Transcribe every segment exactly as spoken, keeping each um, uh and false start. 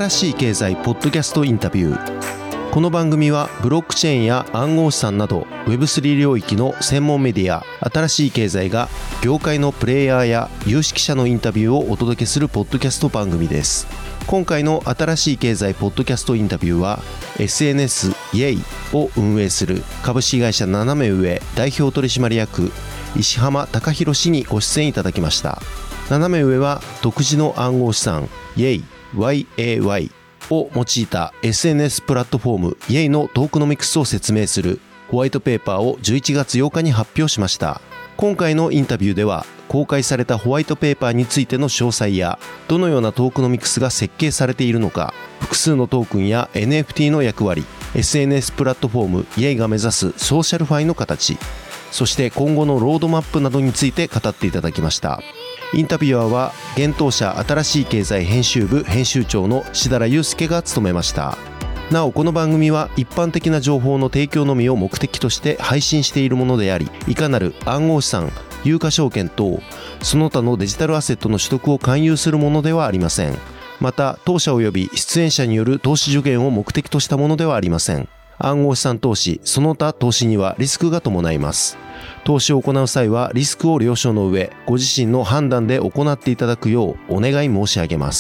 新しい経済ポッドキャストインタビュー。この番組はブロックチェーンや暗号資産など ウェブスリー 領域の専門メディア新しい経済が業界のプレイヤーや有識者のインタビューをお届けするポッドキャスト番組です。今回の新しい経済ポッドキャストインタビューは エスエヌエス イェイを運営する株式会社斜め上代表取締役石浜貴弘氏にご出演いただきました。斜め上は独自の暗号資産 イェイ ワイエーワイ を用いた エスエヌエス プラットフォーム イェイ のトークノミクスを説明するホワイトペーパーをじゅういちがつようかに発表しました。今回のインタビューでは公開されたホワイトペーパーについての詳細やどのようなトークノミクスが設計されているのか、複数のトークンや エヌエフティー の役割、 エスエヌエス プラットフォーム イェイ が目指すソーシャルファイの形、そして今後のロードマップなどについて語っていただきました。インタビュアーは現当社新しい経済編集部編集長の志田祐介が務めました。なおこの番組は一般的な情報の提供のみを目的として配信しているものであり、いかなる暗号資産、有価証券等その他のデジタルアセットの取得を勧誘するものではありません。また当社及び出演者による投資助言を目的としたものではありません。暗号資産投資その他投資にはリスクが伴います。投資を行う際はリスクを了承の上、ご自身の判断で行っていただくようお願い申し上げます。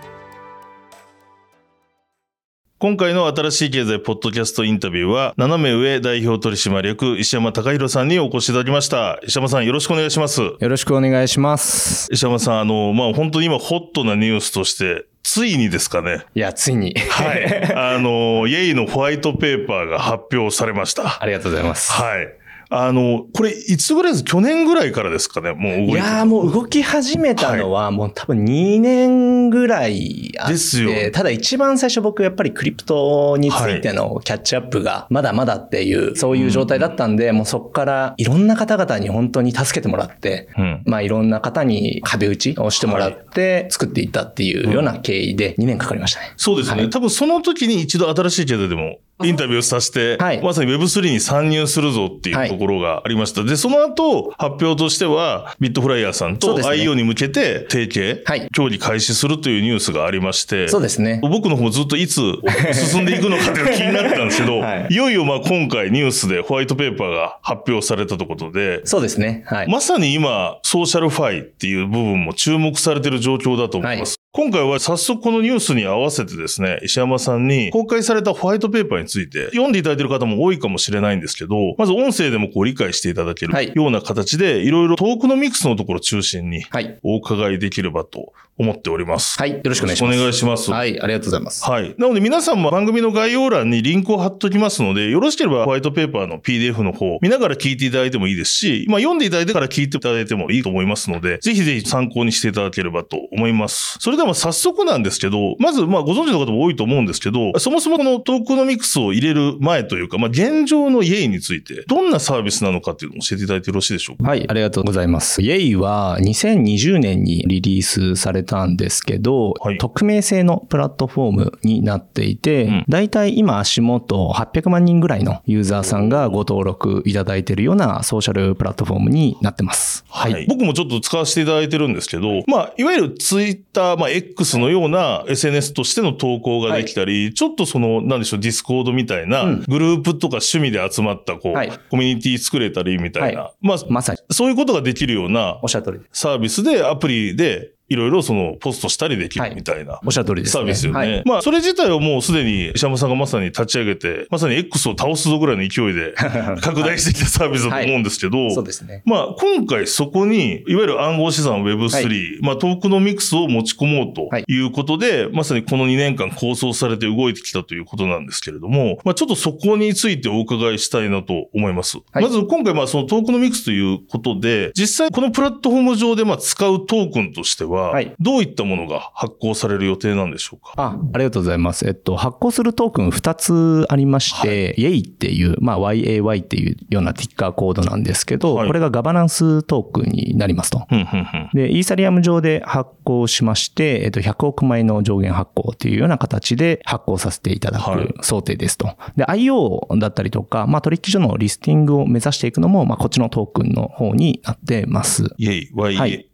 今回の新しい経済ポッドキャストインタビューは斜め上代表取締役石浜貴弘さんにお越しいただきました。石浜さんよろしくお願いします。 よろしくお願いします。 石浜さん、あの、まあ、本当に今ホットなニュースとしてついにですかね。 いや、ついに。 はい。あの、イェイのホワイトペーパーが発表されました。 ありがとうございます。 はい。あの、これ、いつぐらいです？去年ぐらいからですかね、もう動いてる。 いやー、もう動き始めたのは、もう多分にねんぐらいあって。 ですよ。 ただ一番最初僕やっぱりクリプトについてのキャッチアップがまだまだっていう、そういう状態だったんで、もうそこからいろんな方々に本当に助けてもらって、うん、まあいろんな方に壁打ちをしてもらって作っていったっていうような経緯でにねんかかりましたね。 そうですね。はい、多分その時に一度新しい経済でもインタビューさせて、はい、まさに ウェブスリー に参入するぞっていうところがありました。はい、で、その後、発表としては、ビットフライヤーさんと アイイーオー に向けて提携、はい、協議開始するというニュースがありまして、 そうですね。 僕の方ずっといつ進んでいくのかっていうのが気になってたんですけど、はい、いよいよまあ今回ニュースでホワイトペーパーが発表されたということで、 そうですね。はい、 まさに今、ソーシャルファイっていう部分も注目されている状況だと思います。はい、今回は早速このニュースに合わせてですね、石山さんに公開されたホワイトペーパーについて読んでいただいている方も多いかもしれないんですけど、まず音声でもこう理解していただけるような形で、いろいろトークノミクスのところを中心にお伺いできればと思っております。 はい。よろしくお願いします。 お願いします。 はい。ありがとうございます。 はい。なので皆さんも番組の概要欄にリンクを貼っときますので、よろしければホワイトペーパーの ピーディーエフ の方見ながら聞いていただいてもいいですし、まあ読んでいただいてから聞いていただいてもいいと思いますので、ぜひぜひ参考にしていただければと思います。それでは早速なんですけど、まずまあご存知の方も多いと思うんですけど、そもそもこのトークノミクスを入れる前というか、まあ現状のイェイについてどんなサービスなのかっていうのを教えていただいてよろしいでしょうか。 はい。ありがとうございます。イェイはにせんにじゅうねんにリリースされたんですけど、はい、匿名性のプラットフォームになっていて、うん、だいたい今足元はっぴゃくまんにんぐらいのユーザーさんがご登録いただいているようなソーシャルプラットフォームになってます。 はい。はい、僕もちょっと使わせていただいてるんですけど、まあ、いわゆるツイッター、まあ、X のような エスエヌエス としての投稿ができたり、はい、ちょっとその、なんでしょう、ディスコードみたいな、グループとか趣味で集まった、こう、はい、コミュニティ作れたりみたいな、はい、まあ、まさに。そういうことができるような、 おっしゃる通りです。 サービスで、アプリで、いろいろそのポストしたりできるみたいな、はい、 おっしゃる通りですね。 サービスよね。はい、まあそれ自体をもうすでに石山さんがまさに立ち上げて、まさに X を倒すぞぐらいの勢いで拡大してきたサービスだと思うんですけど、はいはい、 そうですね。 まあ今回そこにいわゆる暗号資産 ウェブスリー、はい、まあトークノミクスを持ち込もうということで、はい、まさにこのにねんかん構想されて動いてきたということなんですけれども、まあちょっとそこについてお伺いしたいなと思います。はい、まず今回まあそのトークノミクスということで、実際このプラットフォーム上でまあ使うトークンとしては、はい、どういったものが発行される予定なんでしょうか。 あ、ありがとうございます。えっと、発行するトークンふたつありまして、はい、イェイっていう、まあ ワイエーワイ っていうようなティッカーコードなんですけど、はい、これがガバナンストークンになりますと。で、イーサリアム上で発行しまして、えっと、ひゃくおくまいの上限発行っていうような形で発行させていただく想定ですと。はい、で、アイオー だったりとか、まあ取引所のリスティングを目指していくのも、まあこっちのトークンの方になってます。 イェイ、ワイエーワイ。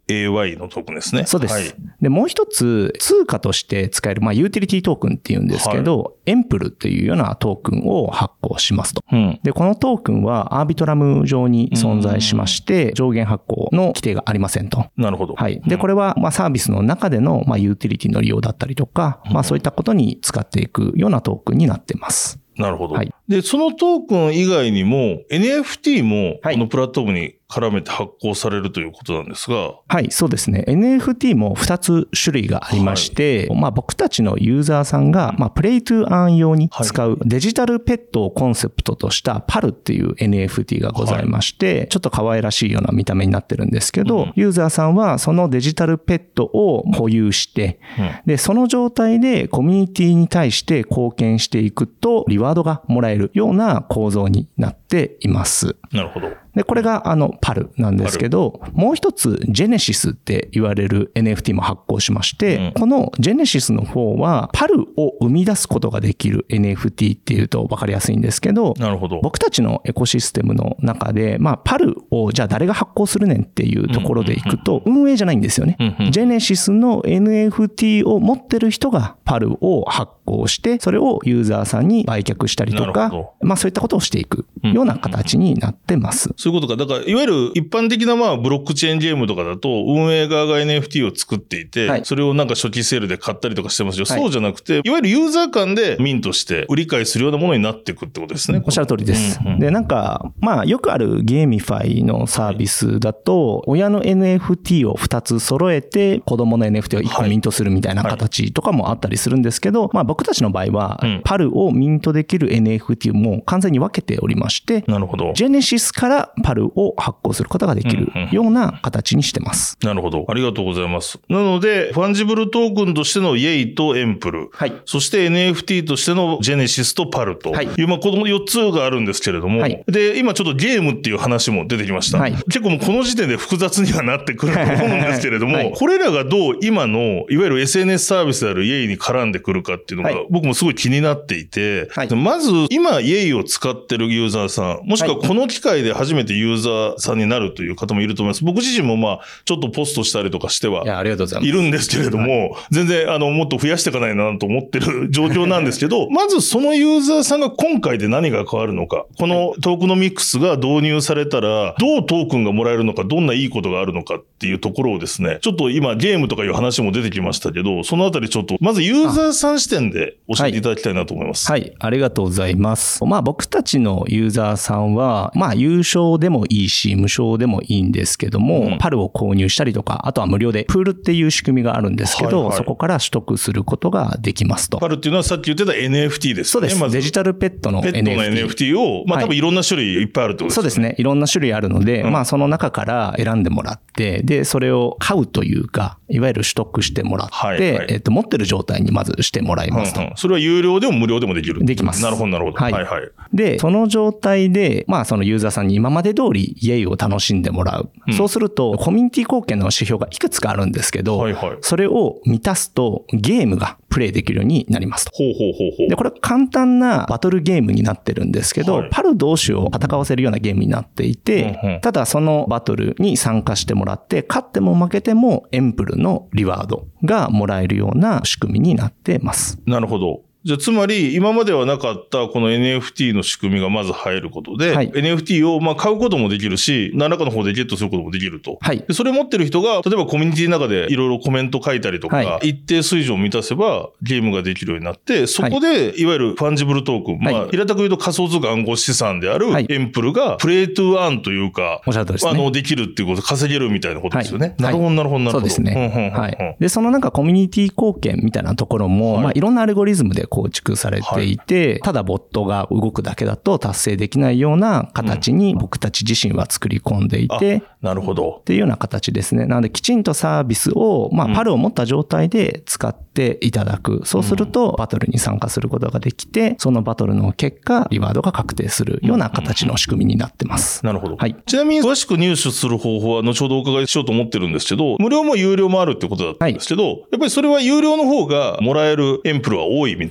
エーワイ のトークンですね。 そうです。 はい、 で、もう一つ、通貨として使える、まあ、ユーティリティトークンっていうんですけど、はい、エンプルっていうようなトークンを発行しますと。うん、で、このトークンはアービトラム上に存在しまして、上限発行の規定がありませんと。 なるほど。 はい。で、これは、まあ、サービスの中での、まあ、ユーティリティの利用だったりとか、まあ、そういったことに使っていくようなトークンになっています。 なるほど。 はい。 で、そのトークン以外にも エヌエフティー もこのプラットフォームに絡めて発行されるということなんですが。 はい、そうですね。エヌエフティー もふたつ種類がありまして、はい、まあ僕たちのユーザーさんが、まあプレイトゥーアン用に使うデジタルペットをコンセプトとしたパルっていう エヌエフティー がございまして、はい、ちょっと可愛らしいような見た目になってるんですけど、うん、ユーザーさんはそのデジタルペットを保有して、うん、で、その状態でコミュニティに対して貢献していくとリワードがもらえるような構造になっています。 なるほど。 で、これがあのパルなんですけど、もう一つジェネシスって言われる エヌエフティー も発行しまして、うん、このジェネシスの方はパルを生み出すことができる エヌエフティー っていうと分かりやすいんですけど、 なるほど。 僕たちのエコシステムの中で、まあパルをじゃあ誰が発行するねんっていうところでいくと、運営じゃないんですよね。うんうん、ジェネシスの エヌエフティー を持ってる人がパルを発行して、それをユーザーさんに売却したりとか、まあそういったことをしていくような形になってます。 そういうことか。だから、いわゆる一般的なまあブロックチェーンゲームとかだと、運営側が エヌエフティー を作っていて、はい、それをなんか初期セールで買ったりとかしてますよ。はい、そうじゃなくて、いわゆるユーザー間でミントして売り買いするようなものになっていくってことですね。 おっしゃる通りです。うんうん、で、なんか、まあよくあるゲーミファイのサービスだと、はい、親の エヌエフティー をふたつ揃えて、子供の エヌエフティー をいっこミントするみたいな形とかもあったりするんですけど、はいはい、まあ僕たちの場合は、うん、パルをミントできる エヌエフティー も完全に分けておりまして、 なるほど。 ジェネシスからパルを発行することができるような形にしてます。 うんうん、なるほど。ありがとうございます。なので、ファンジブルトークンとしてのイエイとエンプル、はい、そして エヌエフティー としてのジェネシスとパルという、はい、まあこのよっつがあるんですけれども、はい、で、今ちょっとゲームっていう話も出てきました。はい、結構もうこの時点で複雑にはなってくると思うんですけれども、はい、これらがどう今のいわゆる エスエヌエス サービスであるイエイに絡んでくるかっていうのが、はい、僕もすごい気になっていて、はい、まず今イエイを使ってるユーザーさん、もしくはこの機会で初めてユーザーさんになるという方もいると思います。僕自身もまあちょっとポストしたりとかしてはいるんですけれども、全然あのもっと増やしていかないなと思ってる状況なんですけど、まずそのユーザーさんが今回で何が変わるのか、このトークノミクスが導入されたらどうトークンがもらえるのか、どんないいことがあるのかっていうところをですね、ちょっと今ゲームとかいう話も出てきましたけど、そのあたりちょっとまずユーザーさん視点で教えていただきたいなと思います。 はい、はい、ありがとうございます。まあ僕たちのユーザーさんは、まあ優勝でもいいし無償でもいいんですけども、うん、パルを購入したりとか、あとは無料でプールっていう仕組みがあるんですけど、はいはい、そこから取得することができますと。 パルっていうのはさっき言ってた エヌエフティー ですね。 そうです。まずデジタルペットの エヌエフティー。 ペットの エヌエフティー を、まあ多分いろんな種類いっぱいあるってことですね。 そうですね。いろんな種類あるので、うん、まあその中から選んでもらって、で、それを買うというか、いわゆる取得してもらって、はいはい、えっと、持ってる状態にまずしてもらいますと。 うんうん、それは有料でも無料でもできる？ できます。 なるほど、なるほど。はい、はい、はい。 で、その状態で、まあそのユーザーさんに今まで通りイエイを楽しんでもらう。うん、そうすると、コミュニティ貢献の指標がいくつかあるんですけど、はいはい、それを満たすとゲームがプレイできるようになりますと。 ほうほうほうほう。 で、これは簡単なバトルゲームになってるんですけど、はい、パル同士を戦わせるようなゲームになっていて、うんうん、ただそのバトルに参加してもらって、勝っても負けてもエンプルのリワードがもらえるような仕組みになってます。 なるほど。じゃあ、つまり、今まではなかったこの エヌエフティー の仕組みがまず入ることで、はい、エヌエフティー をまあ買うこともできるし、何らかの方でゲットすることもできると。はい、でそれ持ってる人が、例えばコミュニティの中でいろいろコメント書いたりとか、はい、一定水準を満たせばゲームができるようになって、そこで、いわゆるファンジブルトークン、はい、まあ、平たく言うと仮想通貨暗号資産であるエンプルが、プレイトゥーアーンというか、 おっしゃるとおりですね。 あの、できるっていうこと、稼げるみたいなことですよね。はい、なるほど、なるほど、なるほど。 そうですね。はい。で、そのなんかコミュニティ貢献みたいなところも、はい、まあ、いろんなアルゴリズムで構築されて、ていて、はい、ただボットが動くだけだと達成できないような形に僕たち自身は作り込んでいて、うん、 なるほど。 っていうような形ですね。なのできちんとサービスを、まあ、パルを持った状態で使っていただく。そうするとバトルに参加することができて、そのバトルの結果、リワードが確定するような形の仕組みになってます。 なるほど。 はい。 ちなみに詳しく入手する方法は後ほどお伺いしようと思ってるんですけど、無料も有料もあるってことだったんですけど、はい、やっぱりそれは有料の方がもらえるエンプルは多いみた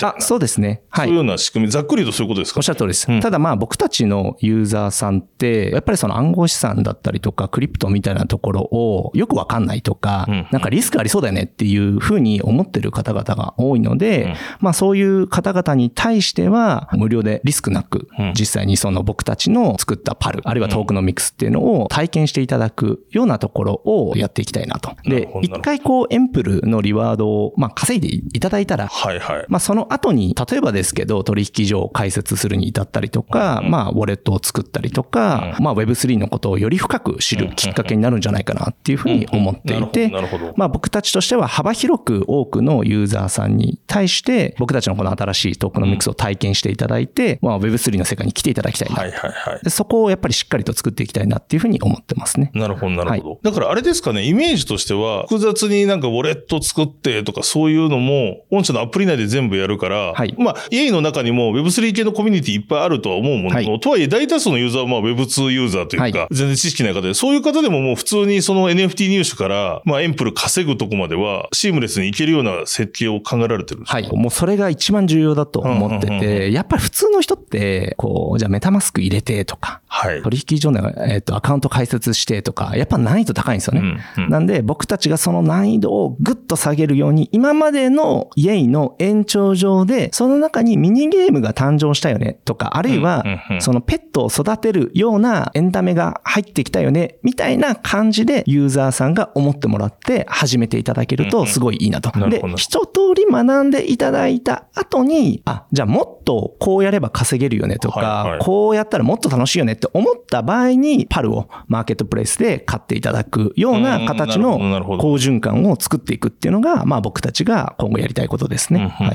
いな。 あ、そうですね。はい。 そういうような仕組み、ざっくりとそういうことですか、ね、 おっしゃる通りです。うん、ただまあ僕たちのユーザーさんって、やっぱりその暗号資産だったりとか、クリプトみたいなところをよくわかんないとか、うん、なんかリスクありそうだよねっていうふうに思ってる方々が多いので、うん、まあそういう方々に対しては、無料でリスクなく、実際にその僕たちの作ったパル、あるいはトークノミクスっていうのを体験していただくようなところをやっていきたいなと。で、一回こうエンプルのリワードをまあ稼いでいただいたら、はいはい、まあその後に、例えばですけど、取引所を開設するに至ったりとか、うん、まあウォレットを作ったりとか、うん、まあ ウェブスリー のことをより深く知るきっかけになるんじゃないかなっていうふうに思っていて、まあ僕たちとしては幅広く多くのユーザーさんに対して、僕たちのこの新しいトークノミクスを体験していただいて、まあ ウェブスリー の世界に来ていただきたいな。はいはいはい、でそこをやっぱりしっかりと作っていきたいなっていうふうに思ってますね。 なるほどなるほど、はい。だからあれですかね、イメージとしては、複雑になんかウォレット作ってとかそういうのも、御社のアプリ内で全部やるから、はい、まあ、イェイ の中にも ウェブスリー 系のコミュニティいっぱいあるとは思うものの、はい、とはいえ大多数のユーザーはまあ ウェブツー ユーザーというか、はい、全然知識ない方で、そういう方でももう普通にその エヌエフティー 入手から、まあエンプル稼ぐとこまではシームレスにいけるような設計を考えられてるんですか？ はい。もうそれが一番重要だと思ってて、うんうんうんうん、やっぱり普通の人って、こう、じゃあメタマスク入れてとか、はい、取引所の、えっと、アカウント開設してとか、やっぱ難易度高いんですよね。うんうん、なんで僕たちがその難易度をぐっと下げるように、今までのイェイの延長上で、その中にミニゲームが誕生したよねとか、あるいは、そのペットを育てるようなエンタメが入ってきたよね、みたいな感じでユーザーさんが思ってもらって始めていただけるとすごいいいなと。うんうん、で、一通り学んでいただいた後に、あ、じゃあもっとこうやれば稼げるよねとか、はいはい、こうやったらもっと楽しいよねって思った場合に、パルをマーケットプレイスで買っていただくような形の好循環を作っていくっていうのが、まあ僕たちが今後やりたいことですね。はい。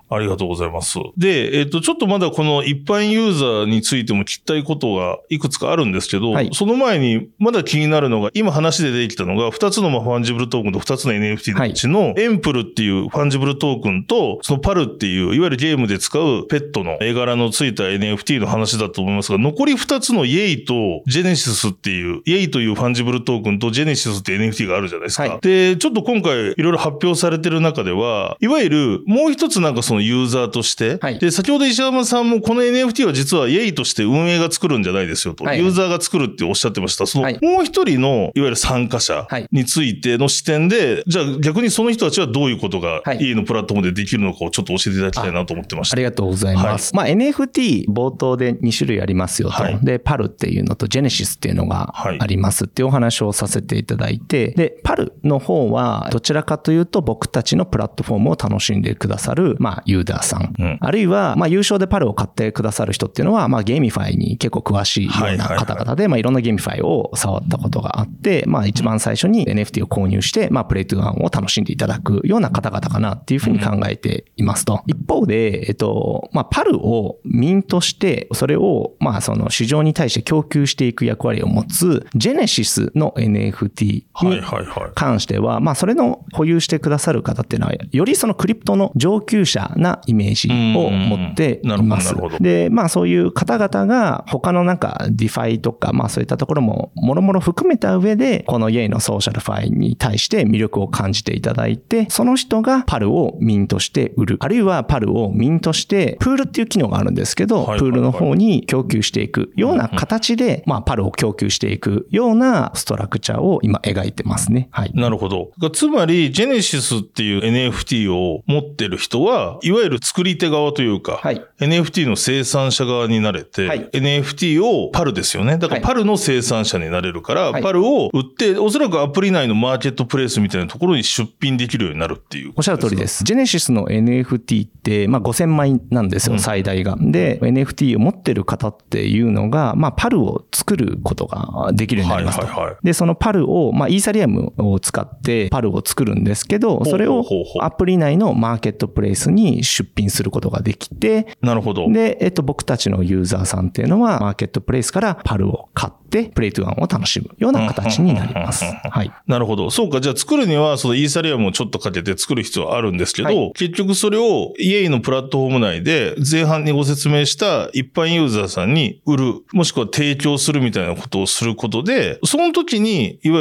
ありがとうございます。で、えっと、ちょっとまだこの一般ユーザーについても聞きたいことがいくつかあるんですけど、はい、その前にまだ気になるのが、今話で出てきたのが、二つのファンジブルトークンと二つの エヌエフティー のうちの、エンプルっていうファンジブルトークンと、そのパルっていう、いわゆるゲームで使うペットの絵柄のついた エヌエフティー の話だと思いますが、残り二つのイェイとジェネシスっていう、イェイというファンジブルトークンとジェネシスっていう エヌエフティー があるじゃないですか。はい、で、ちょっと今回いろいろ発表されてる中では、いわゆるもう一つなんかそのユーザーとして、はい、で、先ほど石山さんもこの エヌエフティー は実はイェイとして運営が作るんじゃないですよと、はい、ユーザーが作るっておっしゃってました。その、もう一人のいわゆる参加者についての視点で、はい、じゃあ逆にその人たちはどういうことが イェイ のプラットフォームでできるのかをちょっと教えていただきたいなと思ってました。 あ, ありがとうございます。はい、まあ エヌエフティー 冒頭でに種類ありますよと、はい、でパルっていうのとジェネシスっていうのがありますっていうお話をさせていただいて、でパルの方はどちらかというと僕たちのプラットフォームを楽しんでくださるまあユーザーさん、うん、あるいはまあ優勝でパルを買ってくださる人っていうのはまあゲーミファイに結構詳しいような方々で、まあいろんなゲーミファイを触ったことがあって、まあ一番最初に エヌエフティー を購入してまあプレイトゥーワンを楽しんでいただくような方々かなっていうふうに考えていますと、うん、一方でえっとまあパルをミントしてそれをまあその市場に対して供給していく役割を持つジェネシスの エヌエフティー に関してはまあそれの保有してくださる方っていうのはよりそのクリプトの上級者なイメージを持っています。でまあそういう方々が他のなんかディファイとかまあそういったところももろもろ含めた上でこのイェイのソーシャルファイに対して魅力を感じていただいて、その人がパルをミントして売る、あるいはパルをミントしてプールっていう機能があるんですけど、プールの方に供給していくような形でまあパルを供給していくようなストラクチャーを今描いてますね。はい。 なるほど。つまりジェネシスっていう エヌエフティー を持ってる人はいわゆる作り手側というか、はい、エヌエフティー の生産者側になれて、はい、エヌエフティー をパルですよね。だからパルの生産者になれるから、はい、パルを売っておそらくアプリ内のマーケットプレイスみたいなところに出品できるようになるっていうことですか？ おっしゃる通りです。ジェネシスの エヌエフティー ってまあごせんまいなんですよ、うん、最大が。で エヌエフティー を持ってる方っていうのがまあパルを作ることができるようになりますと。はいはいはい、でそのパルをまあイーサリアムを使ってパルを作るんですけど、それをアプリ内のマーケットプレイスに出品することができて、 なるほど。 でえっと僕たちのユーザーさんっていうのはマーケットプレイスからパルを買ってプレイトゥワンを楽しむような形になります。はい。 なるほど。そうか。じゃあ作るにはそのイーサリアムをちょっとかけて作る必要はあるんですけど、はい、結局それをイェイのプラットフォーム内で前半にご説明した一般ユーザーさんに売る、もしくは提供するみたいなことをすることで、その時にいわゆる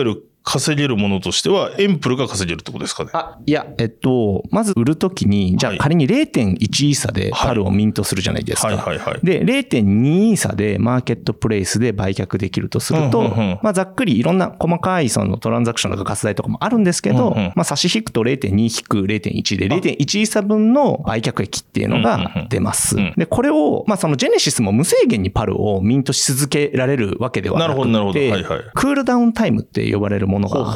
稼げるものとしては、エンプルが稼げるってことですかね。 あ、いや、えっと、まず売るときに、じゃあ仮に れいてんいち イーサでパルをミントするじゃないですか。 はいはいはいはい、 で、れいてんに イーサでマーケットプレイスで売却できるとすると、うんうんうん、まあざっくりいろんな細かいそのトランザクションとかガス代とかもあるんですけど、うんうん、まあ差し引くと れいてんに 引く れいてんいち で れいてんいち イーサ分の売却益っていうのが出ます。うんうんうん、で、これを、まあそのジェネシスも無制限にパルをミントし続けられるわけではなくて、なるほどなるほど、はいはい、クールダウンタイムって呼ばれるものがあって、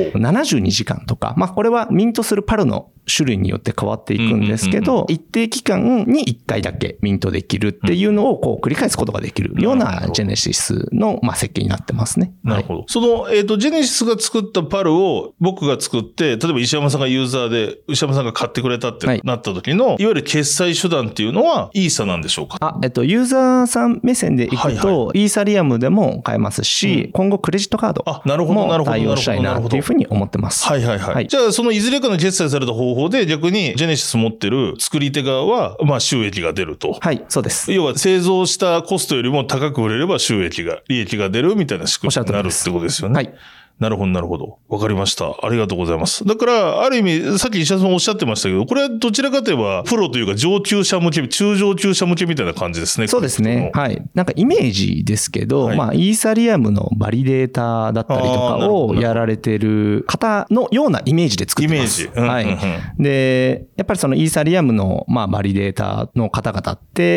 ななじゅうにじかんとか、まあこれはミントするパルの種類によって変わっていくんですけど、うんうんうん、一定期間にいっかいだけミントできるっていうのをこう繰り返すことができるようなジェネシスのまあ設計になってますね。 なるほど。はい、その、えっと、ジェネシスが作ったパルを僕が作って、例えば石山さんがユーザーで、石山さんが買ってくれたってなった時の、はい、いわゆる決済手段っていうのはイーサなんでしょうか？ あ、えっと、ユーザーさん目線でいくと、はいはい、イーサリアムでも買えますし、うん、今後クレジットカードも対応したいなっていうふうに思ってます。 はいはいはい。はい、じゃあ、そのいずれかの決済された方法で逆にジェネシス持ってる作り手側は、まあ収益が出ると。 はい、そうです。 要は製造したコストよりも高く売れれば収益が、利益が出るみたいな仕組みになるってことですよね。はい。なるほど、なるほど。わかりました。ありがとうございます。だから、ある意味、さっき石田さんおっしゃってましたけど、これはどちらかといえば、プロというか上級者向け、中上級者向けみたいな感じですね。 そうですね。はい。なんかイメージですけど、はい、まあ、イーサリアムのバリデータだったりとかをやられてる方のようなイメージで作ってます。イメージ。うんうんうん、はい。で、やっぱりそのイーサリアムの、まあ、バリデータの方々って、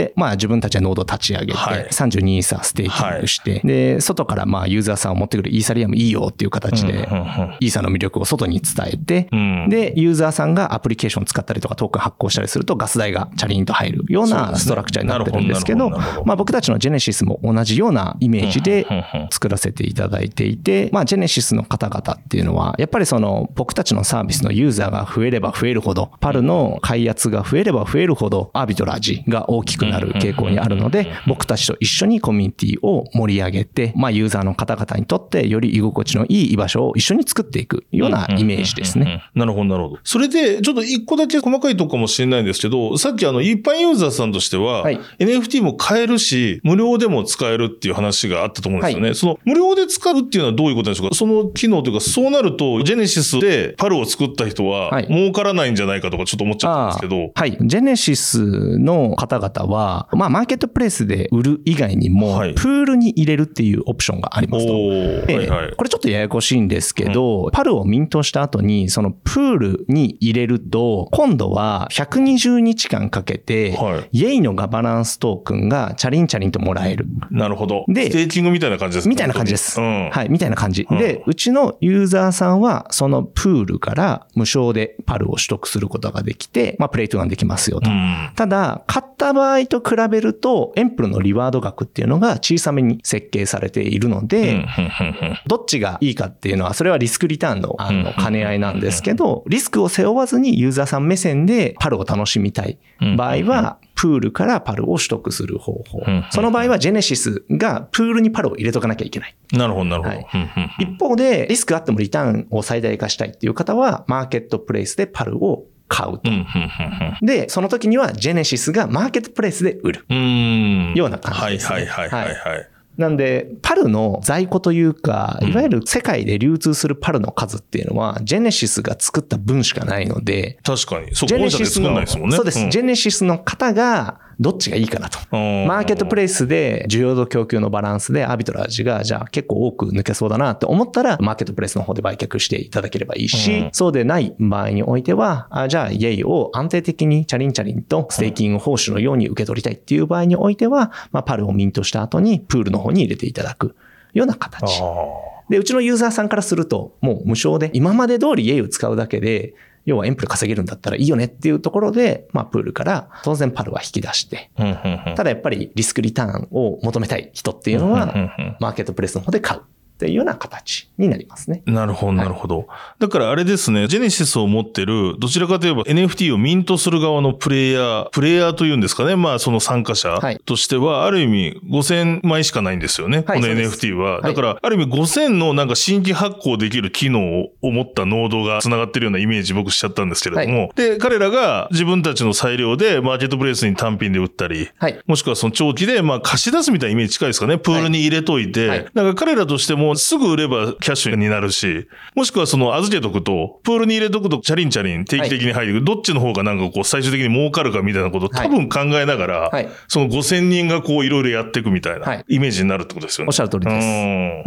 まあ、自分たちでノードを立ち上げて、はい、さんじゅうにイーサステーキングして、はい、で、外からまあ、ユーザーさんを持ってくるイーサリアムいいよっていう形で、うんうんうん、イーサの魅力を外に伝えて、うん、で、ユーザーさんがアプリケーションを使ったりとかトークン発行したりするとガス代がチャリンと入るようなストラクチャーになってるんですけど、まあ僕たちのジェネシスも同じようなイメージで作らせていただいていて、まあジェネシスの方々っていうのは、やっぱりその僕たちのサービスのユーザーが増えれば増えるほど、パルの開発が増えれば増えるほど、アービトラージが大きくなる傾向にあるので、僕たちと一緒にコミュニティを盛り上げて、まあユーザーの方々にとってより居心地のいい居場所を一緒に作っていくようなイメージですね。 なるほど、なるほど。それで、ちょっと一個だけ細かいとこかもしれないんですけど、さっきあの、一般ユーザーさんとしては、はい、エヌエフティー も買えるし、無料でも使えるっていう話があったと思うんですよね。はい、その、無料で使うっていうのはどういうことなんでしょうか？その機能というか、そうなると、ジェネシスでパルを作った人は、儲からないんじゃないかとかちょっと思っちゃったんですけど。 はい。ジェネシスの方々は、まあ、マーケットプレイスで売る以外にも、はい、プールに入れるっていうオプションがありますと。はいはい、これちょっとややこしいんですけど、うん、パルをミントした後に、そのプールに入れると、今度はひゃくにじゅうにちかんかけて、はい、イェイのガバナンストークンがチャリンチャリンともらえる。 なるほど。で、ステーキングみたいな感じですか？ みたいな感じです。うん、はい、みたいな感じ。うん、で、うちのユーザーさんは、そのプールから無償でパルを取得することができて、まあ、プレイトゥーンできますよと。うん、ただ、買った場合と比べると、エンプルのリワード額っていうのが小さめに設計されているので、うん、どっちがいいかっていうのは、それはリスクリターンの、あの、兼ね合いなんですけど、リスクを背負わずにユーザーさん目線でパルを楽しみたい場合は、プールからパルを取得する方法。その場合はジェネシスがプールにパルを入れとかなきゃいけない。 なるほど、なるほど。はい、 一方で、リスクあってもリターンを最大化したいっていう方は、マーケットプレイスでパルを買うと。で、その時にはジェネシスがマーケットプレイスで売る。ような感じですね。はいはいはいはい、はい。なんで、パルの在庫というか、いわゆる世界で流通するパルの数っていうのは、ジェネシスが作った分しかないので、 確かに。そう、ジェネシスの、 そうです、うん。ジェネシスの方が、どっちがいいかなと。マーケットプレイスで需要と供給のバランスでアービトラージがじゃあ結構多く抜けそうだなって思ったらマーケットプレイスの方で売却していただければいいし、うん、そうでない場合においては、あじゃあイェイを安定的にチャリンチャリンとステーキング報酬のように受け取りたいっていう場合においては、まあ、パルをミントした後にプールの方に入れていただくような形。で、うちのユーザーさんからするともう無償で今まで通りイェイを使うだけで要はエンプル稼げるんだったらいいよねっていうところで、まあプールから当然パルは引き出して、ただやっぱりリスクリターンを求めたい人っていうのは、マーケットプレイスの方で買う。っていうような形になりますね。 なるほど、なるほど。はい、だからあれですね、ジェネシスを持ってる、どちらかといえば エヌエフティー をミントする側のプレイヤー、プレイヤーというんですかね、まあその参加者としては、ある意味ごせんまいしかないんですよね、はい、この エヌエフティー は。だから、ある意味ごせんのなんか新規発行できる機能を持ったノードが繋がってるようなイメージ僕しちゃったんですけれども、はい、で、彼らが自分たちの裁量でマーケットプレイスに単品で売ったり、はい、もしくはその長期でまあ貸し出すみたいなイメージ近いですかね、プールに入れといて、はいはい、なんか彼らとしてももすぐ売ればキャッシュになるし、もしくはその預けとくと、プールに入れとくとチャリンチャリン定期的に入ってくる、はい、どっちの方がなんかこう最終的に儲かるかみたいなことを多分考えながら、はいはい、そのごせんにんがこういろいろやっていくみたいなイメージになるってことですよね。 おっしゃる通りです。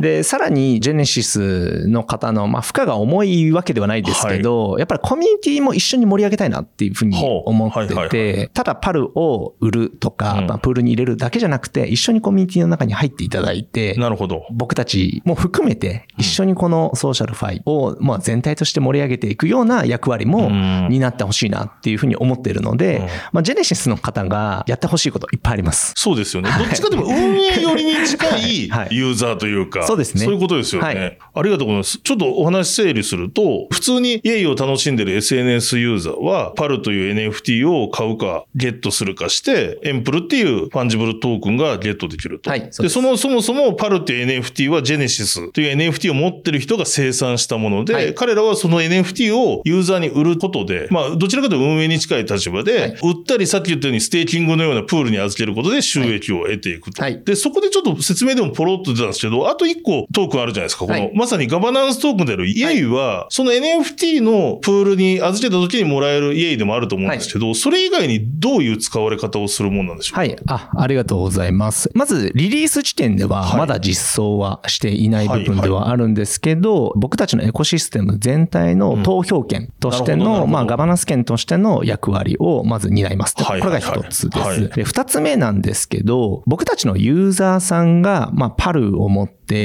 で、さらにジェネシスの方の、まあ、負荷が重いわけではないですけど、はい、やっぱりコミュニティも一緒に盛り上げたいなっていうふうに思ってて、はいはいはい、ただパルを売るとか、うんまあ、プールに入れるだけじゃなくて、一緒にコミュニティの中に入っていただいて、 なるほど。 僕たちも含めて一緒にこのソーシャルファイを、まあ、全体として盛り上げていくような役割も担ってほしいなっていうふうに思っているので、うんまあ、ジェネシスの方がやってほしいこといっぱいあります。 そうですよね。どっちかというと運営寄りに近いユーザーというか、はいはい、そうですね。そういうことですよね、はい。ありがとうございます。ちょっとお話整理すると、普通にイエイを楽しんでる エスエヌエス ユーザーは、パルという エヌエフティー を買うかゲットするかして、エンプルっていうファンジブルトークンがゲットできると。はい、そでそのそもそもパルっていう エヌエフティー はジェネシスという エヌエフティー を持ってる人が生産したもので、はい、彼らはその エヌエフティー をユーザーに売ることで、まあ、どちらかというと運営に近い立場で、はい、売ったりさっき言ったようにステーキングのようなプールに預けることで収益を得ていくと。はい、で、そこでちょっと説明でもポロッと出たんですけど、あと一個トークンあるじゃないですか。この、はい、まさにガバナンストークンであるイエイは、その エヌエフティー のプールに預けた時にもらえるイエイでもあると思うんですけど、はい、それ以外にどういう使われ方をするものなんでしょうか。 はい。あ、ありがとうございます。まず、リリース時点では、まだ実装はしていない部分ではあるんですけど、はいはいはい、僕たちのエコシステム全体の投票権としての、うん、まあ、ガバナンス権としての役割をまず担いますと。これが一つです。はいはいはい、で、二つ目なんですけど、僕たちのユーザーさんが、まあ、パルを持って、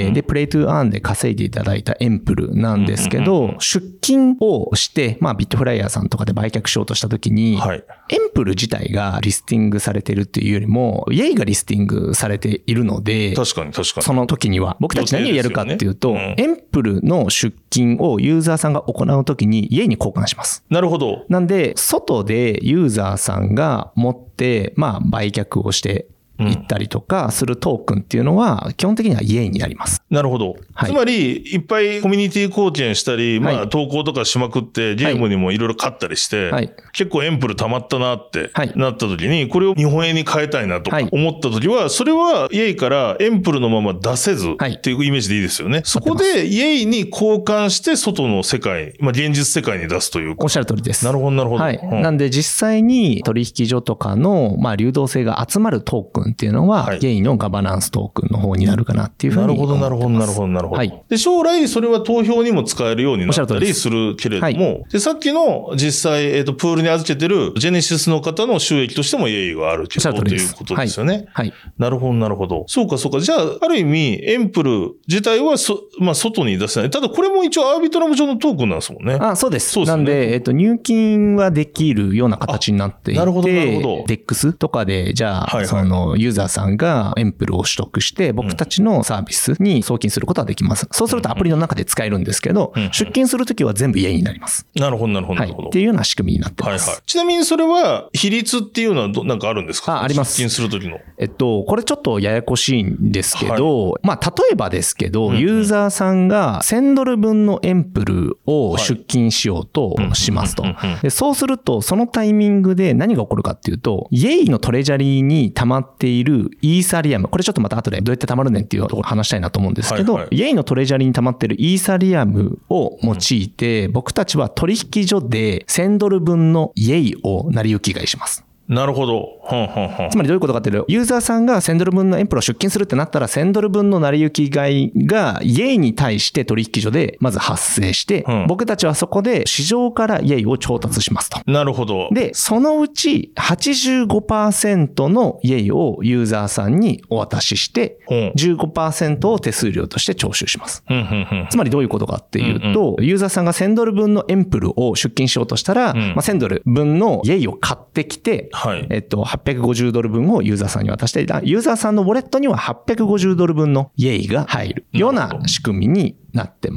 で、プレイトゥーアーンで稼いでいただいたエンプルなんですけど、出金をして、まあ、ビットフライヤーさんとかで売却しようとしたときに、はい、エンプル自体がリスティングされてるっていうよりも、イエイがリスティングされているので、 確かに確かに。 その時には、僕たち何をやるかっていうと、ねうん、エンプルの出金をユーザーさんが行うときにイエイに交換します。 なるほど。 なんで、外でユーザーさんが持って、まあ、売却をして、行ったりとかするトークンっていうのは基本的にはイエイになります。 なるほど。はい、つまりいっぱいコミュニティ貢献したり、まあ投稿とかしまくってゲームにもいろいろ勝ったりして、はい、結構エンプル溜まったなってなった時にこれを日本円に変えたいなと思った時はそれはイエイからエンプルのまま出せずっていうイメージでいいですよね。はい、そこでイエイに交換して外の世界、まあ現実世界に出すというか。 おっしゃる通りです。 なるほどなるほど。 はい。うん、なんで実際に取引所とかのまあ流動性が集まるトークンっていうのは、はい、イエイのガバナンストークンの方になるかなっていうふうに思ってます。 なるほど、なるほど、なるほど、なるほど。はい。で、将来それは投票にも使えるようになったりするけれども、はい、で、さっきの実際、えっと、プールに預けてるジェネシスの方の収益としてもイエイがあるけど、ということですよね。はい。はい、なるほど、なるほど。そうか、そうか。じゃあ、ある意味、エンプル自体はそ、まあ、外に出せない。ただ、これも一応アービトラム上のトークンなんですもんね。 あ、そうです。そうですね。なんで、えっと、入金はできるような形になっていて、なるほど、なるほど。デックス とかで、じゃあ、はいはい、その、ユーザーさんがエンプルを取得して、僕たちのサービスに送金することはできます。そうするとアプリの中で使えるんですけど、出金するときは全部イエイになります。 なるほど、なるほど。はい。 っていうような仕組みになってます。 はいはい。ちなみにそれは、比率っていうのはど、なんかあるんですか？ あ、あります。 出金するときの。 えっと、これちょっとややこしいんですけど、はい、まあ、例えばですけど、ユーザーさんがせんドル分のエンプルを出金しようとしますと。で、そうすると、そのタイミングで何が起こるかっていうと、イエイのトレジャリーに溜まっているイーサリアム、これちょっとまた後でどうやって溜まるねんっていうところ話したいなと思うんですけど、はいはい、イエイのトレジャリーに溜まっているイーサリアムを用いて、うん、僕たちは取引所でせんドル分のイエイを成り行き買いします。 なるほど。はんはんはん。 つまりどういうことかっていうと、ユーザーさんがせんドル分のエンプルを出金するってなったら、せんドル分の成り行き買いがイエイに対して取引所でまず発生して、うん、僕たちはそこで市場からイエイを調達しますと。 なるほど。 で、そのうち はちじゅうごパーセント のイエイをユーザーさんにお渡しして、うん、じゅうごパーセント を手数料として徴収します。うんうんうん、つまりどういうことかっていうと、うんうん、ユーザーさんがせんドル分のエンプルを出金しようとしたら、うんまあ、せんドル分のイエイを買ってきて、はい、えっと、はっぴゃくごじゅうドル分をユーザーさんに渡していた。ユーザーさんのウォレットにははっぴゃくごじゅうドル分のイエイが入るような仕組みになってますと。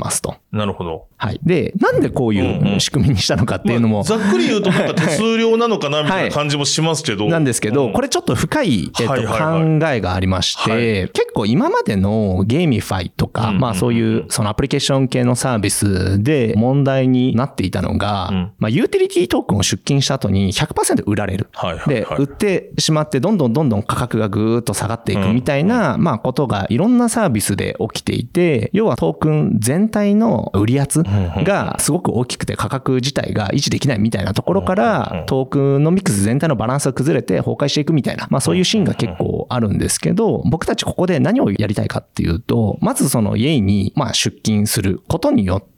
なるほど。 はい。で、なんでこういう仕組みにしたのかっていうのも。 うんうんまあ、ざっくり言うとなんか手数料なのかなみたいな感じもしますけど。 はい、なんですけど、うん、これちょっと深い、えっとはいはいはい、考えがありまして、はい、結構今までのゲーミファイとか、うんうんうん、まあそういうそのアプリケーション系のサービスで問題になっていたのが、うん、まあユーティリティトークンを出金した後に ひゃくパーセント 売られる。はいはいはい、で、売ってしまってどんどんどんどん価格がぐーっと下がっていくみたいな、うん、まあことがいろんなサービスで起きていて、要はトークン全体の売り圧がすごく大きくて価格自体が維持できないみたいなところからトークンのミックス全体のバランスが崩れて崩壊していくみたいな、まあそういうシーンが結構あるんですけど、僕たちここで何をやりたいかっていうと、まずそのイエイにまあ出金することによって、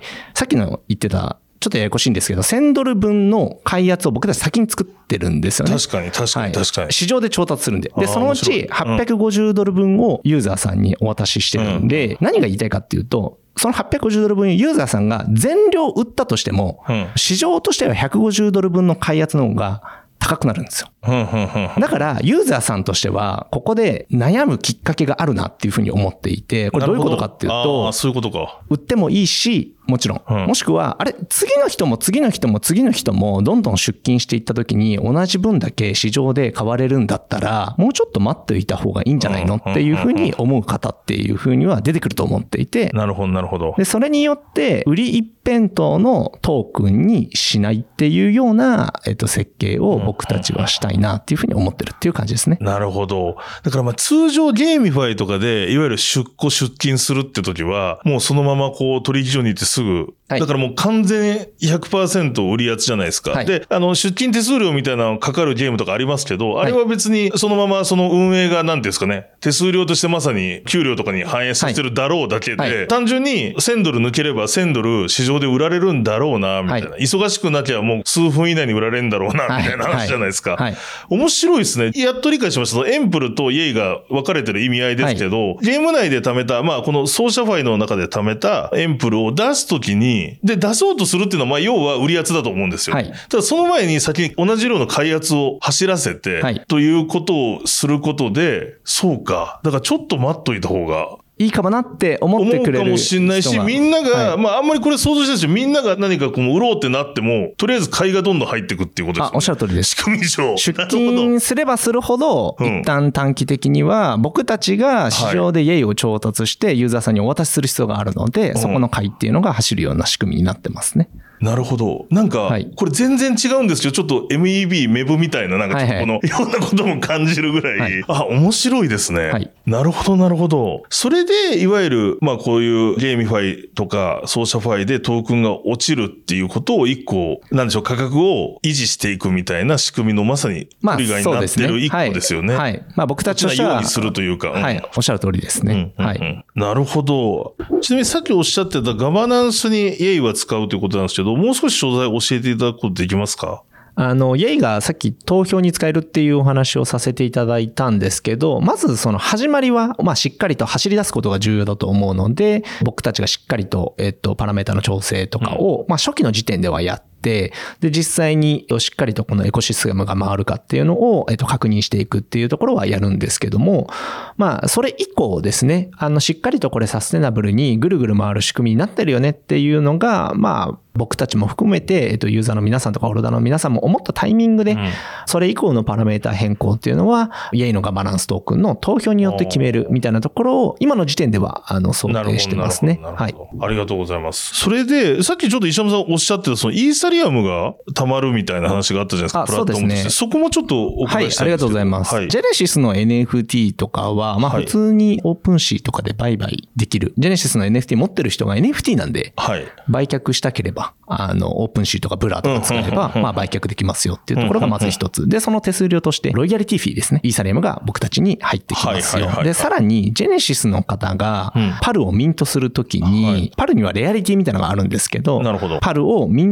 さっきの言ってたちょっとややこしいんですけど、せんドル分の買い圧を僕たち先に作ってるんですよね。 確かに確かに確かに。 はい、市場で調達するんで。で、そのうちはっぴゃくごじゅうドル分をユーザーさんにお渡ししてるんで、うん、何が言いたいかっていうと、そのはっぴゃくごじゅうドル分ユーザーさんが全量売ったとしても、うん、市場としてはひゃくごじゅうドル分の買い圧の方が高くなるんですよ。だからユーザーさんとしてはここで悩むきっかけがあるなっていうふうに思っていて、これどういうことかっていうと、 あ、そういうことか。 売ってもいいし、もちろん、うん、もしくはあれ次の人も次の人も次の人もどんどん出金していった時に同じ分だけ市場で買われるんだったらもうちょっと待っておいた方がいいんじゃないのっていうふうに思う方っていうふうには出てくると思っていて、 なるほどなるほど。 でそれによって売り一辺倒のトークンにしないっていうような、えっと、設計を僕たちはしたいなっていうふうに思ってるっていう感じですね。 なるほど。だからまあ通常ゲーミファイとかでいわゆる出庫出金するって時はもうそのままこう取引所に行ってすぐ、はい、だからもう完全 ひゃくパーセント 売りやつじゃないですか。はい、で、あの出金手数料みたいなのかかるゲームとかありますけど、はい、あれは別にそのままその運営が何ですかね、手数料としてまさに給料とかに反映させてるだろうだけで、はいはい、単純にせんドル抜ければせんドル市場で売られるんだろうなみたいな、はい、忙しくなきゃもう数分以内に売られるんだろうなみたいな話じゃないですか。はいはいはい、面白いですね。やっと理解しました。エンプルとイエイが分かれてる意味合いですけど、はい、ゲーム内で貯めた、まあこのソーシャファイの中で貯めたエンプルを出すときに、で出そうとするっていうのはまあ要は売り圧だと思うんですよ。はい、ただその前に先に同じ量の買い圧を走らせて、はい、ということをすることで、そうか。だからちょっと待っといた方がいいかもなって思ってくれる人が思うかもしれないし、みんなが、はい、まああんまりこれ想像してないし、みんなが何かこう売ろうってなっても、とりあえず買いがどんどん入っていくっていうことですよね。 あ、おっしゃる通りです。 仕組み上。 出金すればするほど、一旦短期的には、僕たちが市場でイエイを調達して、ユーザーさんにお渡しする必要があるので、そこの買いっていうのが走るような仕組みになってますね。 なるほど。なんか、これ全然違うんですけど、ちょっと エムイービー、メブみたいな、なんかちょっとこの、いろんなことも感じるぐらい、はい、あ、面白いですね。はい、なるほど、なるほど。それで、いわゆる、まあこういうゲーミファイとかソーシャファイでトークンが落ちるっていうことを一個、なんでしょう、価格を維持していくみたいな仕組みのまさにトリガーになってる一個ですよね。 まあ、そうですね。はい。はい、まあ僕たちとしては。 ようにするというか。 うん、はい。おっしゃる通りですね。 うんうんうん、はい。なるほど。ちなみにさっきおっしゃってたガバナンスにイエイは使うということなんですけど、もう少し詳細教えていただくことできますか？ あの、イエイがさっき投票に使えるっていうお話をさせていただいたんですけど、まずその始まりは、まあしっかりと走り出すことが重要だと思うので、僕たちがしっかりと、えっと、パラメータの調整とかを、まあ初期の時点ではやって、で、実際にしっかりとこのエコシステムが回るかっていうのを、えっと、確認していくっていうところはやるんですけども、まあ、それ以降ですね、あの、しっかりとこれサステナブルにぐるぐる回る仕組みになってるよねっていうのが、まあ、僕たちも含めて、えっと、ユーザーの皆さんとかホルダーの皆さんも思ったタイミングで、それ以降のパラメータ変更っていうのは、イエイのガバナンストークンの投票によって決めるみたいなところを、今の時点では、あの、想定してますね。はい。 ありがとうございます。それで、さっきちょっと石山さんおっしゃってた、そのイーサリアムが溜まるみたいな話があったじゃないですか。 あ、そうですね。 そこもちょっとお伺いしたいんですけど。はい、ありがとうございます。はい、ジェネシスの エヌエフティー とかは、まあ普通にオープンシーとかで売買できる。ジェネシスの エヌエフティー 持ってる人が エヌエフティー なんで、はい、売却したければ、あの、オープンシーとかブラとか使えば、まあ売却できますよっていうところがまず一つ。で、その手数料として、ロイヤリティフィーですね。イーサリアムが僕たちに入ってきますよ。で、さらに、ジェネシスの方が、パルをミントするときに、パルにはレアリティみたいなのがあるんですけど、パルをミントする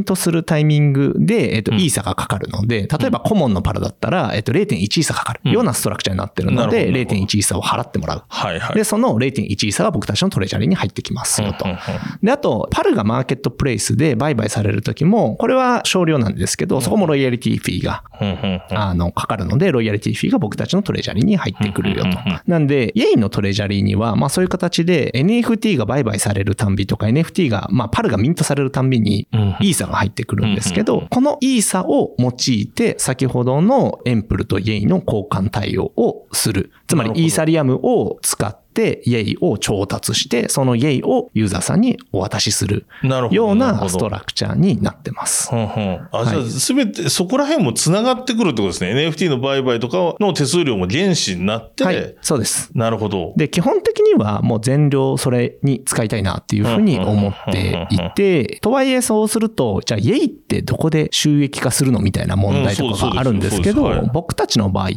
タイミングで、えっと、イーサがかかるので、例えばコモンのパラだったら、えっと、れいてんいちイーサかかるようなストラクチャーになってるので、れいてんいちイーサを払ってもらう。 はいはい。 で、その れいてんいちイーサが僕たちのトレジャリーに入ってきますよと。で、あと、パルがマーケットプレイスで売買されるときも、これは少量なんですけど、そこもロイヤリティフィーが、あの、かかるので、ロイヤリティフィーが僕たちのトレジャリーに入ってくるよと。なんで、イェイのトレジャリーには、まあそういう形で エヌエフティー が売買されるたんびとか エヌエフティー が、まあパルがミントされるたんびにイーサが入ってくるんですけど、このイーサを用いて先ほどのエンプルとイェイの交換対応をする。つまりイーサリアムを使ってで、イェイを調達して、そのイェイをユーザーさんにお渡しするようなストラクチャーになってます。 うんうん、あ、じゃあ、すべて、そこら辺も繋がってくるってことですね。エヌエフティー の売買とかの手数料も原資になって。 はい、そうです。 なるほど。 で、基本的にはもう全量それに使いたいなっていうふうに思っていて、とはいえそうすると、じゃあ、イェイってどこで収益化するのみたいな問題とかがあるんですけど、僕たちの場合って、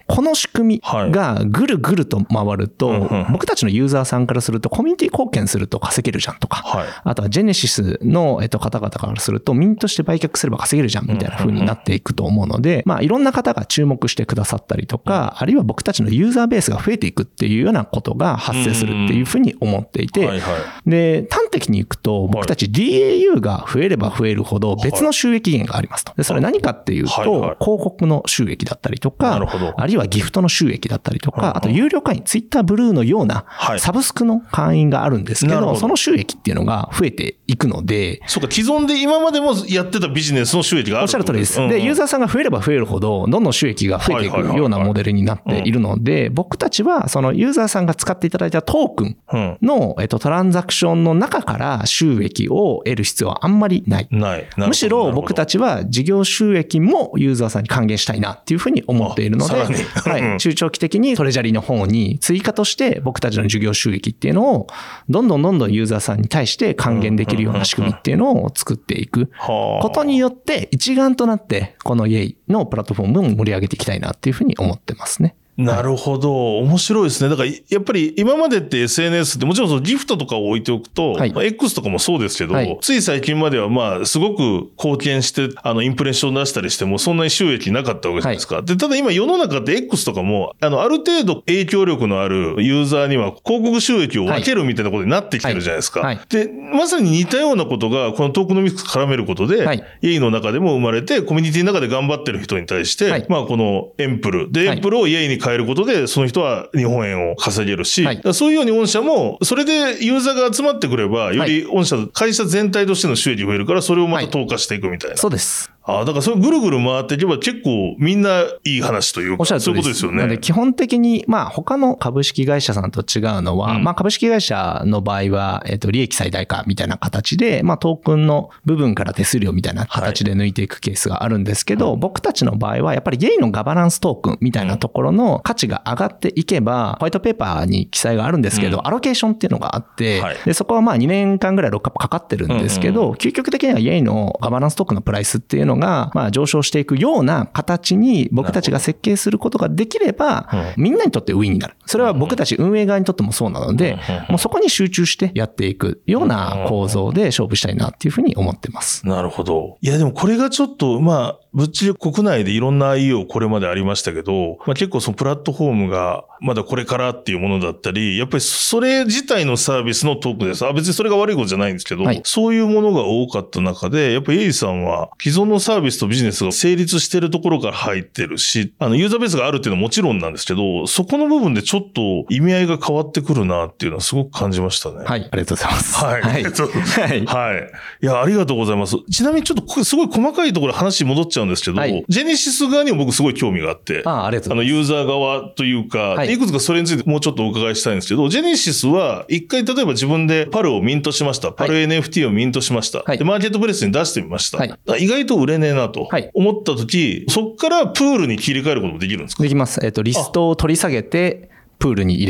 この仕組みがぐるぐると回ると、はい僕たちのユーザーさんからするとコミュニティ貢献すると稼げるじゃんとか、はい、あとはジェネシスの、えっと、方々からするとミントして売却すれば稼げるじゃんみたいな風になっていくと思うので、まあいろんな方が注目してくださったりとか、あるいは僕たちのユーザーベースが増えていくっていうようなことが発生するっていう風に思っていて、はいはい、で、端的にいくと僕たち ディーエーユー が増えれば増えるほど別の収益源がありますと。で、それ何かっていうと、はいはい、広告の収益だったりとか、あるいはギフトの収益だったりとか、あと有料会員、Twitter ブルーのようなサブスクの会員があるんですけど、どその収益っていうのが増えていくので。 そうか、既存で今までもやってたビジネスの収益がある。 おっしゃる通りです。で、ユーザーさんが増えれば増えるほど、どんどん収益が増えていくようなモデルになっているので、僕たちはそのユーザーさんが使っていただいたトークンの、えっと、トランザクションの中から収益を得る必要はあんまりない。ない。むしろ僕たちは事業収益もユーザーさんに還元したいなっていうふうに思っているので、はい、中長期的にトレジャリの方に追加として僕たちの事業収益っていうのをどんどんどんどんユーザーさんに対して還元できるような仕組みっていうのを作っていくことによって一丸となってこのイェイのプラットフォームを盛り上げていきたいなっていうふうに思ってますね。 なるほど。面白いですね。だから、やっぱり今までって エスエヌエス ってもちろんそのギフトとかを置いておくと、はい、まあ、X とかもそうですけど、はい、つい最近まではまあ、すごく貢献して、あの、インプレッション出したりしても、そんなに収益なかったわけじゃないですか。はい、で、ただ今世の中って X とかも、あの、ある程度影響力のあるユーザーには広告収益を分けるみたいなことになってきてるじゃないですか。はいはい、で、まさに似たようなことが、このトークノミクス絡めることで、はい、イェイの中でも生まれて、コミュニティの中で頑張ってる人に対して、はい、まあ、このエンプル。で、エンプルをイェイに変えることで、その人は日本円を稼げるし、はい、そういうように御社も、それでユーザーが集まってくれば、より御社、会社全体としての収益増えるから、それをまた投下していくみたいな。はい、 そうです。 ああ、だからそれぐるぐる回っていけば結構みんないい話というか、そういうことですよね。なので基本的に、まあ他の株式会社さんと違うのは、うん、まあ株式会社の場合は、えっと、利益最大化みたいな形で、まあトークンの部分から手数料みたいな形で抜いていくケースがあるんですけど、はい、僕たちの場合はやっぱりイェイのガバナンストークンみたいなところの価値が上がっていけば、ホワイトペーパーに記載があるんですけど、うん、アロケーションっていうのがあって、はい、でそこはまあにねんかんぐらいロックアップかかってるんですけど、うんうん、究極的にはイェイのガバナンストークンのプライスっていうのが、まあ上昇していくような形に僕たちが設計することができれば、みんなにとってウィンになる。それは僕たち運営側にとってもそうなので、もうそこに集中してやっていくような構造で勝負したいなっていうふうに思ってます。 なるほど。いやでもこれがちょっと、まあ、ぶっちり国内でいろんな アイイーオー これまでありましたけど、まあ結構そのプラットフォームがまだこれからっていうものだったり、やっぱりそれ自体のサービスのトークです。あ、別にそれが悪いことじゃないんですけど、はい、そういうものが多かった中で、やっぱりエイさんは既存のサービスとビジネスが成立してるところから入ってるし、あのユーザーベースがあるっていうのはもちろんなんですけど、そこの部分でちょっと意味合いが変わってくるなっていうのはすごく感じましたね。 はい、ありがとうございます。 はい。はい。はい。はい。いや、ありがとうございます。ちなみにちょっとすごい細かいところ話戻っちゃうんですけど、はい、ジェネシス側にも僕すごい興味があって、 ああ、ありがとうございます。 あのユーザー側というか、はい、いくつかそれについてもうちょっとお伺いしたいんですけど、ジェネシスは一回例えば自分でパルをミントしました。パル エヌエフティー をミントしました。はい、で、マーケットプレイスに出してみました。はい、意外と売れねえなと思った時、はい、そこからプールに切り替えることもできるんですか？ できます。えっと、リストを取り下げて、プールに入れれば。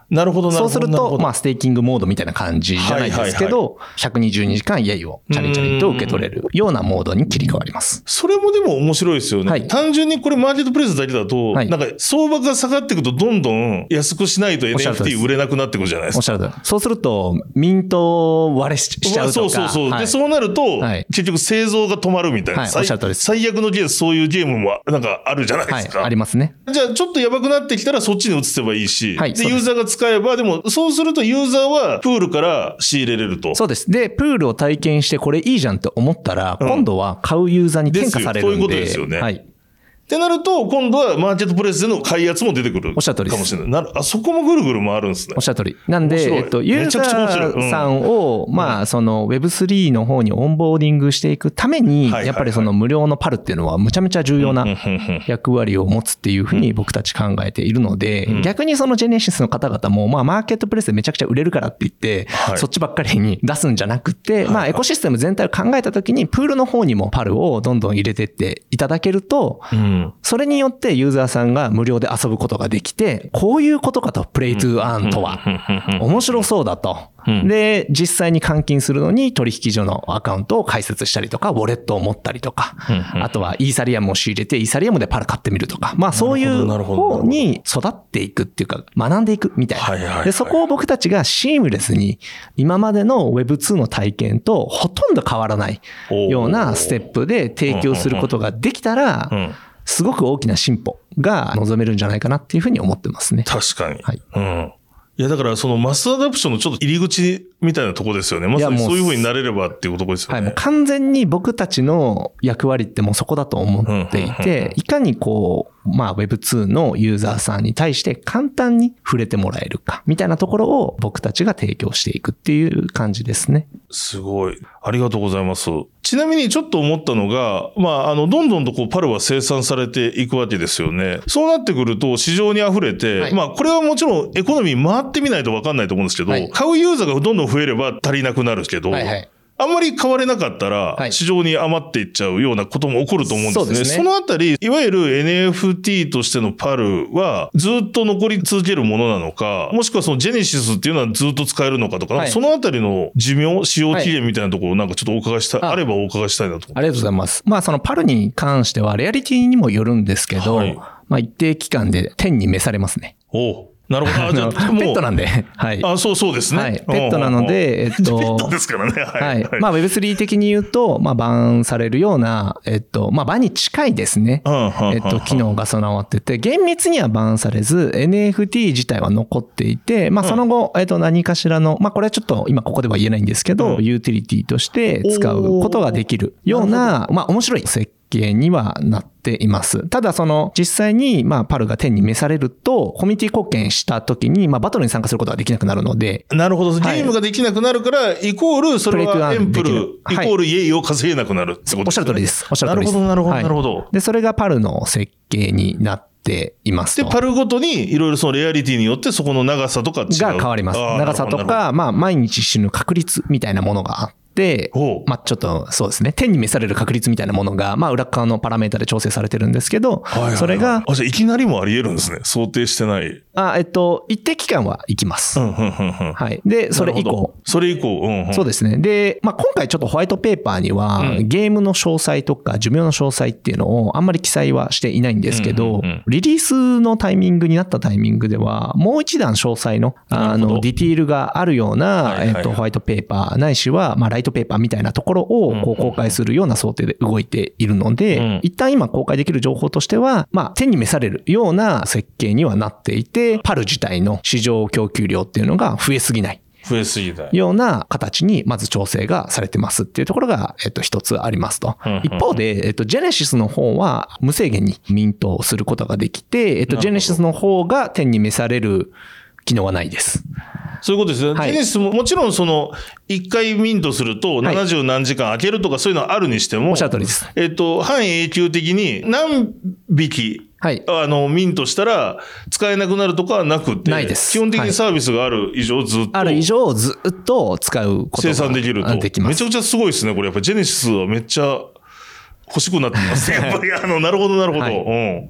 なるほどなるほど。 そうすると、まあ、ステーキングモードみたいな感じじゃないですけど、はいはいはい、ひゃくにじゅうにじかんイエイをチャリチャリと受け取れるようなモードに切り替わります。 それもでも面白いですよね。はい、単純にこれマーケットプレイスだけだと、はい、なんか相場が下がっていくとどんどん安くしないと エヌエフティー 売れなくなってくるじゃないですか。 おっしゃるとおり。そうすると、ミント割れしちゃうとか。 そうそうそう。はい、で、そうなると、はい、結局製造が止まるみたいな。はい、おっしゃるとおりです。最悪のケース、そういうゲームもなんかあるじゃないですか。 はい、ありますね。 じゃあちょっとやばくなってきたらそっちに移せばいいし、はい、でユーザーが使えば、でもそうするとユーザーはプールから仕入れれると。 そうです。で、プールを体験してこれいいじゃんって思ったら、うん、今度は買うユーザーに転嫁されるんで。 そういうことですよね。 はい。 ってなると、今度はマーケットプレイスでの買いやつも出てくる。 おっしゃる通りです。 かもしれない。なあそこもぐるぐる回るんですね。 おっしゃる通り。なんで、えっと、ユーザーさんを、うん、まあ、その ウェブスリー の方にオンボーディングしていくために、やっぱりその無料のパルっていうのはむちゃむちゃ重要な役割を持つっていうふうに僕たち考えているので、うん、逆にそのジェネシスの方々も、まあ、マーケットプレイスでめちゃくちゃ売れるからって言って、はい、そっちばっかりに出すんじゃなくて、まあ、エコシステム全体を考えたときに、プールの方にもパルをどんどん入れてっていただけると、うん、それによってユーザーさんが無料で遊ぶことができて、こういうことかと、プレイトゥーアーンとは。面白そうだと。で、実際に換金するのに取引所のアカウントを開設したりとか、ウォレットを持ったりとか、あとはイーサリアムを仕入れて、イーサリアムでパル買ってみるとか、まあそういう方に育っていくっていうか、学んでいくみたいな。で、そこを僕たちがシームレスに、今までの ウェブツー の体験とほとんど変わらないようなステップで提供することができたら、すごく大きな進歩が望めるんじゃないかなっていうふうに思ってますね。 確かに。はい。うん。いや、だからそのマスアダプションのちょっと入り口みたいなとこですよね。まさにそういう風になれればっていうところですよね。はい。もう完全に僕たちの役割ってもうそこだと思っていて、いかにこう、まあ ウェブツー のユーザーさんに対して簡単に触れてもらえるか、みたいなところを僕たちが提供していくっていう感じですね。 すごい。ありがとうございます。ちなみにちょっと思ったのが、まあ、あの、どんどんとこう、パルは生産されていくわけですよね。そうなってくると、市場に溢れて、はい、まあ、これはもちろんエコノミー回ってみないと分かんないと思うんですけど、はい、買うユーザーがどんどん増えれば足りなくなるけど、はいはい、あんまり買われなかったら、市場に余っていっちゃうようなことも起こると思うんですね。そうですね。そのあたり、いわゆる エヌエフティー としてのパルはずっと残り続けるものなのか、もしくはそのジェネシスっていうのはずっと使えるのかとか、はい、そのあたりの寿命、使用期限みたいなところをなんかちょっとお伺いしたい、あればお伺いしたいなと。 ありがとうございます。まあそのパルに関しては、レアリティにもよるんですけど、はい、まあ一定期間で天に召されますね。 おう。なるほど。あ、 じゃあ、もうペットなんで。はい。 あ、そうそうですね。 はい。ペットなので、えっと。 ペットですからね。 はい。はい、まあ ウェブスリー 的に言うと、まあバンされるような、えっと、まあバンに近いですね。えっと、機能が備わってて、厳密にはバンされず、エヌエフティー 自体は残っていて、まあその後、えっと、何かしらの、まあこれはちょっと今ここでは言えないんですけど、うん、ユーティリティとして使うことができるような、まあ面白い設計にはなっています。ただその実際にまあパルが天に召されるとコミュニティ貢献した時にまあバトルに参加することができなくなるので。 なるほど。ゲームができなくなるから、はい、イコールそれはエンプル、イコールイエイを稼げなくなるってことですね。 おっしゃる通りです。おっしゃる通りです。 なるほど、なるほど、なるほど、はい。 で、それがパルの設計になっていますと。 で、パルごとにいろいろそのレアリティによってそこの長さとか違う。 が変わります。長さとか、まあ毎日死ぬ確率みたいなものがあって。で、まあちょっとそうですね、天に召される確率みたいなものが、まあ裏側のパラメータで調整されてるんですけど、はいはいはい、それが。 あ、じゃあいきなりもあり得るんですね。想定してない。 あ、えっと、一定期間は行きます。うんうんうんうん、はい。で、それ以降。 それ以降、うんうん。 そうですね。で、まあ今回ちょっとホワイトペーパーには、うん、ゲームの詳細とか寿命の詳細っていうのをあんまり記載はしていないんですけど、うんうんうん、リリースのタイミングになったタイミングでは、もう一段詳細の、あの、ディティールがあるような、はいはいはい、えっと、ホワイトペーパーないしは、まあライトペーパーみたいなところをこう公開するような想定で動いているので、うん、一旦今公開できる情報としては、まあ天に召されるような設計にはなっていて、パル自体の市場供給量っていうのが増えすぎない。 増えすぎない。 ような形にまず調整がされてますっていうところが、えっと、一つありますと。一方で、えっと、ジェネシスの方は無制限にミントをすることができて、えっと、ジェネシスの方が天に召される機能はないです。 そういうことですね。はい、ジェネシスももちろんその、一回ミントするとななじゅう何時間開けるとかそういうのはあるにしても、はい、 おっしゃる通りです。 えっと、半永久的に何匹、はい、あの、ミントしたら使えなくなるとかはなくて、 ないです。 基本的にサービスがある以上ずっと、 はい、ある以上ずっと使うことが生産できると。 できます。 めちゃくちゃすごいですね。これやっぱりジェネシスはめっちゃ欲しくなってます。やっぱりあの、なるほどなるほど。はい、うん。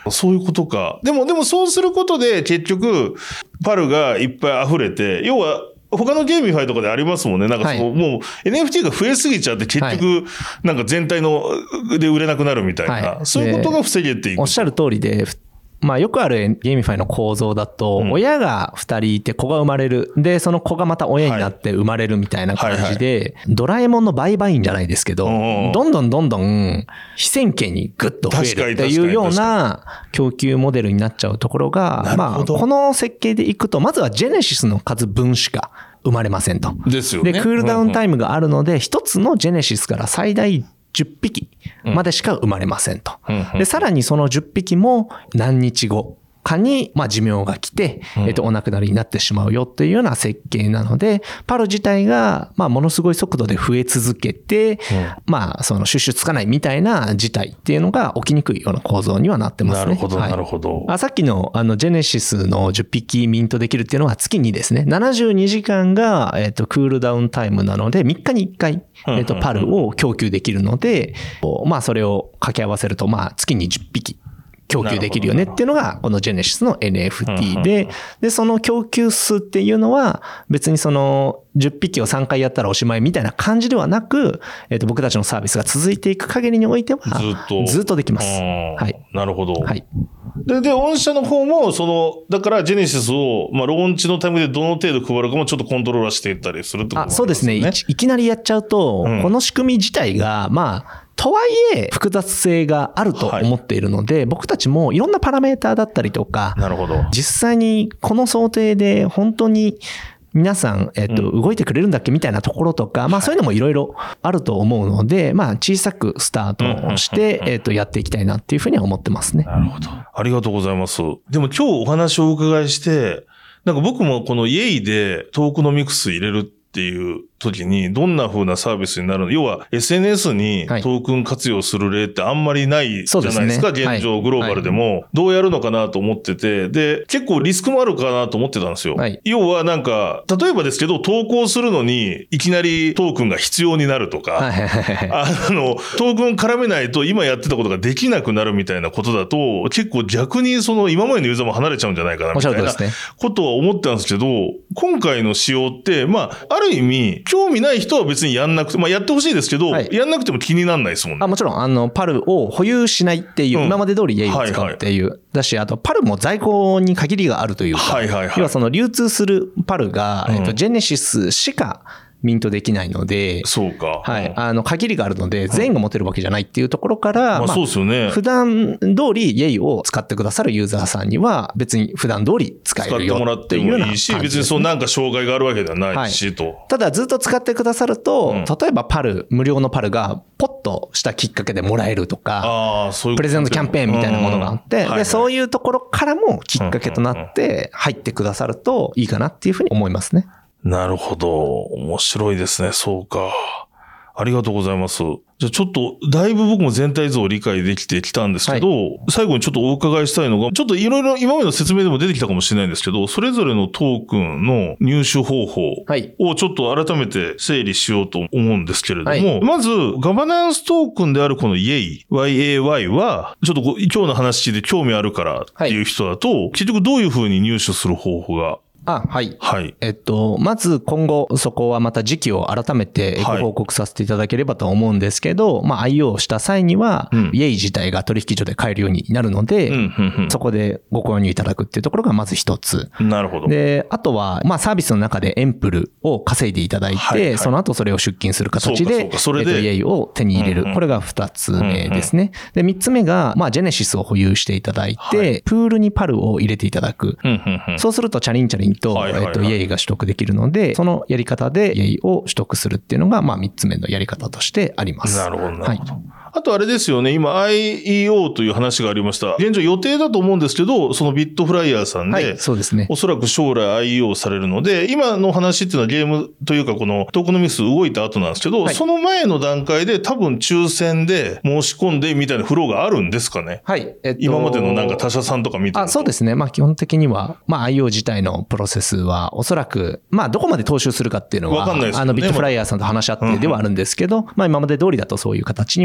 そういうことか。でも、でもそうすることで結局、パルがいっぱい溢れて、要は、他のゲーミファイとかでありますもんね。なんかその、はい、もう エヌエフティー が増えすぎちゃって結局、なんか全体ので売れなくなるみたいな、はい、そういうことが防げていく。 おっしゃる通りで、まあよくあるゲーミファイの構造だと、親がふたりいて子が生まれる。で、その子がまた親になって生まれるみたいな感じで、ドラえもんの売買員じゃないですけど、どんどんどんどん非線形にグッと増えるっていうような供給モデルになっちゃうところが、まあこの設計でいくと、まずはジェネシスの数分しか生まれませんと。 ですよね。 で、クールダウンタイムがあるので、一つのジェネシスから最大じゅっぴきまでしか生まれませんと。で、さらにそのじゅっぴきも何日後かに、まあ寿命が来て、えっと、お亡くなりになってしまうよっていうような設計なので、パル自体が、まあものすごい速度で増え続けて、まあその収集つかないみたいな事態っていうのが起きにくいような構造にはなってますね。 なるほど、なるほど。 あ、さっきのあのジェネシスのじゅっぴきミントできるっていうのは月にですね、ななじゅうにじかんが、えっと、クールダウンタイムなので、みっかにいっかい、えっと、パルを供給できるので、まあそれを掛け合わせると、まあ月にじゅっぴき。供給できるよねっていうのが、このジェネシスの エヌエフティー で、で、その供給数っていうのは、別にそのじゅっぴきをさんかいやったらおしまいみたいな感じではなく、えっと、僕たちのサービスが続いていく限りにおいては、ずっと、ずっとできます。はい。 なるほど。 はい。 で、で、御社の方も、その、だからジェネシスを、まあ、ローンチのタイムでどの程度配るかもちょっとコントローラーしていったりするってことですね。 あ、そうですね。い, いきなりやっちゃうと、うん、この仕組み自体が、まあ、とはいえ複雑性があると思っているので、はい、僕たちもいろんなパラメーターだったりとか、 なるほど。 実際にこの想定で本当に皆さん、えっと、動いてくれるんだっけみたいなところとか、まあそういうのもいろいろあると思うので、まあ小さくスタートをして、えっと、やっていきたいなっていうふうには思ってますね。 なるほど。ありがとうございます。でも今日お話をお伺いして、なんか僕もこのイエイでトークノミクス入れるっていう時にどんな風なサービスになるの？要は エスエヌエス にトークン活用する例ってあんまりないじゃないですか。現状グローバルでもどうやるのかなと思ってて、で結構リスクもあるかなと思ってたんですよ。はい、要はなんか例えばですけど投稿するのにいきなりトークンが必要になるとか、あのトークン絡めないと今やってたことができなくなるみたいなことだと結構逆にその今までのユーザーも離れちゃうんじゃないかなみたいなことは思ってたんですけど、今回の仕様ってまあある意味興味ない人は別にやんなくて、まあやってほしいですけど、はい、やんなくても気にならないですもんね。 あ、もちろん、あの、パルを保有しないっていう、うん、今まで通りイエイを使うっていう。はいはい、だし、あと、パルも在庫に限りがあるというか、はいはいはい、要はその流通するパルが、うん、えっと、ジェネシスしか、ミントできないので、 そうか。 はい。あの、限りがあるので、全員が持てるわけじゃないっていうところから、 まあそうですよね。 普段通りイエイを使ってくださるユーザーさんには、別に普段通り使えるよっていうような感じですね。 使ってもらってもいいし、別にそうなんか障害があるわけではないし、と。 ただずっと使ってくださると、例えばパル、無料のパルがポッとしたきっかけでもらえるとか、あそういうプレゼントキャンペーンみたいなものがあって、で、そういうところからもきっかけとなって入ってくださるといいかなっていうふうに思いますね。 なるほど。面白いですね。そうか。ありがとうございます。じゃあちょっと、だいぶ僕も全体像を理解できてきたんですけど、はい、最後にちょっとお伺いしたいのが、ちょっといろいろ今までの説明でも出てきたかもしれないんですけど、それぞれのトークンの入手方法をちょっと改めて整理しようと思うんですけれども、はい、まず、ガバナンストークンであるこのイエイ、ワイエーワイ は、ちょっと今日の話で興味あるからっていう人だと、はい、結局どういうふうに入手する方法があ、はい。 はい。 えっと、まず今後、そこはまた時期を改めてご報告させていただければと思うんですけど、はい、まあ アイオー した際には、うん、イエイ自体が取引所で買えるようになるので、うんうんうん、そこでご購入いただくっていうところがまず一つ。 なるほど。 で、あとは、まあサービスの中でエンプルを稼いでいただいて、はいはい、その後それを出金する形で、えっと、イエイを手に入れる。うんうん、これが二つ目ですね。うんうん、で、三つ目が、まあジェネシスを保有していただいて、はい、プールにパルを入れていただく。うんうんうん、そうすると、チャリンチャリンと、はいはいはい、えっと、イエイが取得できるので、そのやり方でイエイを取得するっていうのが、まあ三つ目のやり方としてあります。 なるほど、なるほど。はい、あとあれですよね、今 アイイーオー という話がありました。現状予定だと思うんですけど、そのビットフライヤーさんで、はい、そうですね。おそらく将来 アイイーオー されるので、今の話っていうのはゲームというかこのトークノミクス動いた後なんですけど、はい、その前の段階で多分抽選で申し込んでみたいなフローがあるんですかね。はい。えっと、今までのなんか他社さんとか見てると。 あ、そうですね。まあ基本的には、まあ アイイーオー 自体のプロセスはおそらく、まあどこまで踏襲するかっていうのは、わかんないですね。あのビットフライヤーさんと話し合ってではあるんですけど、まあ今まで通りだとそういう形にはなります。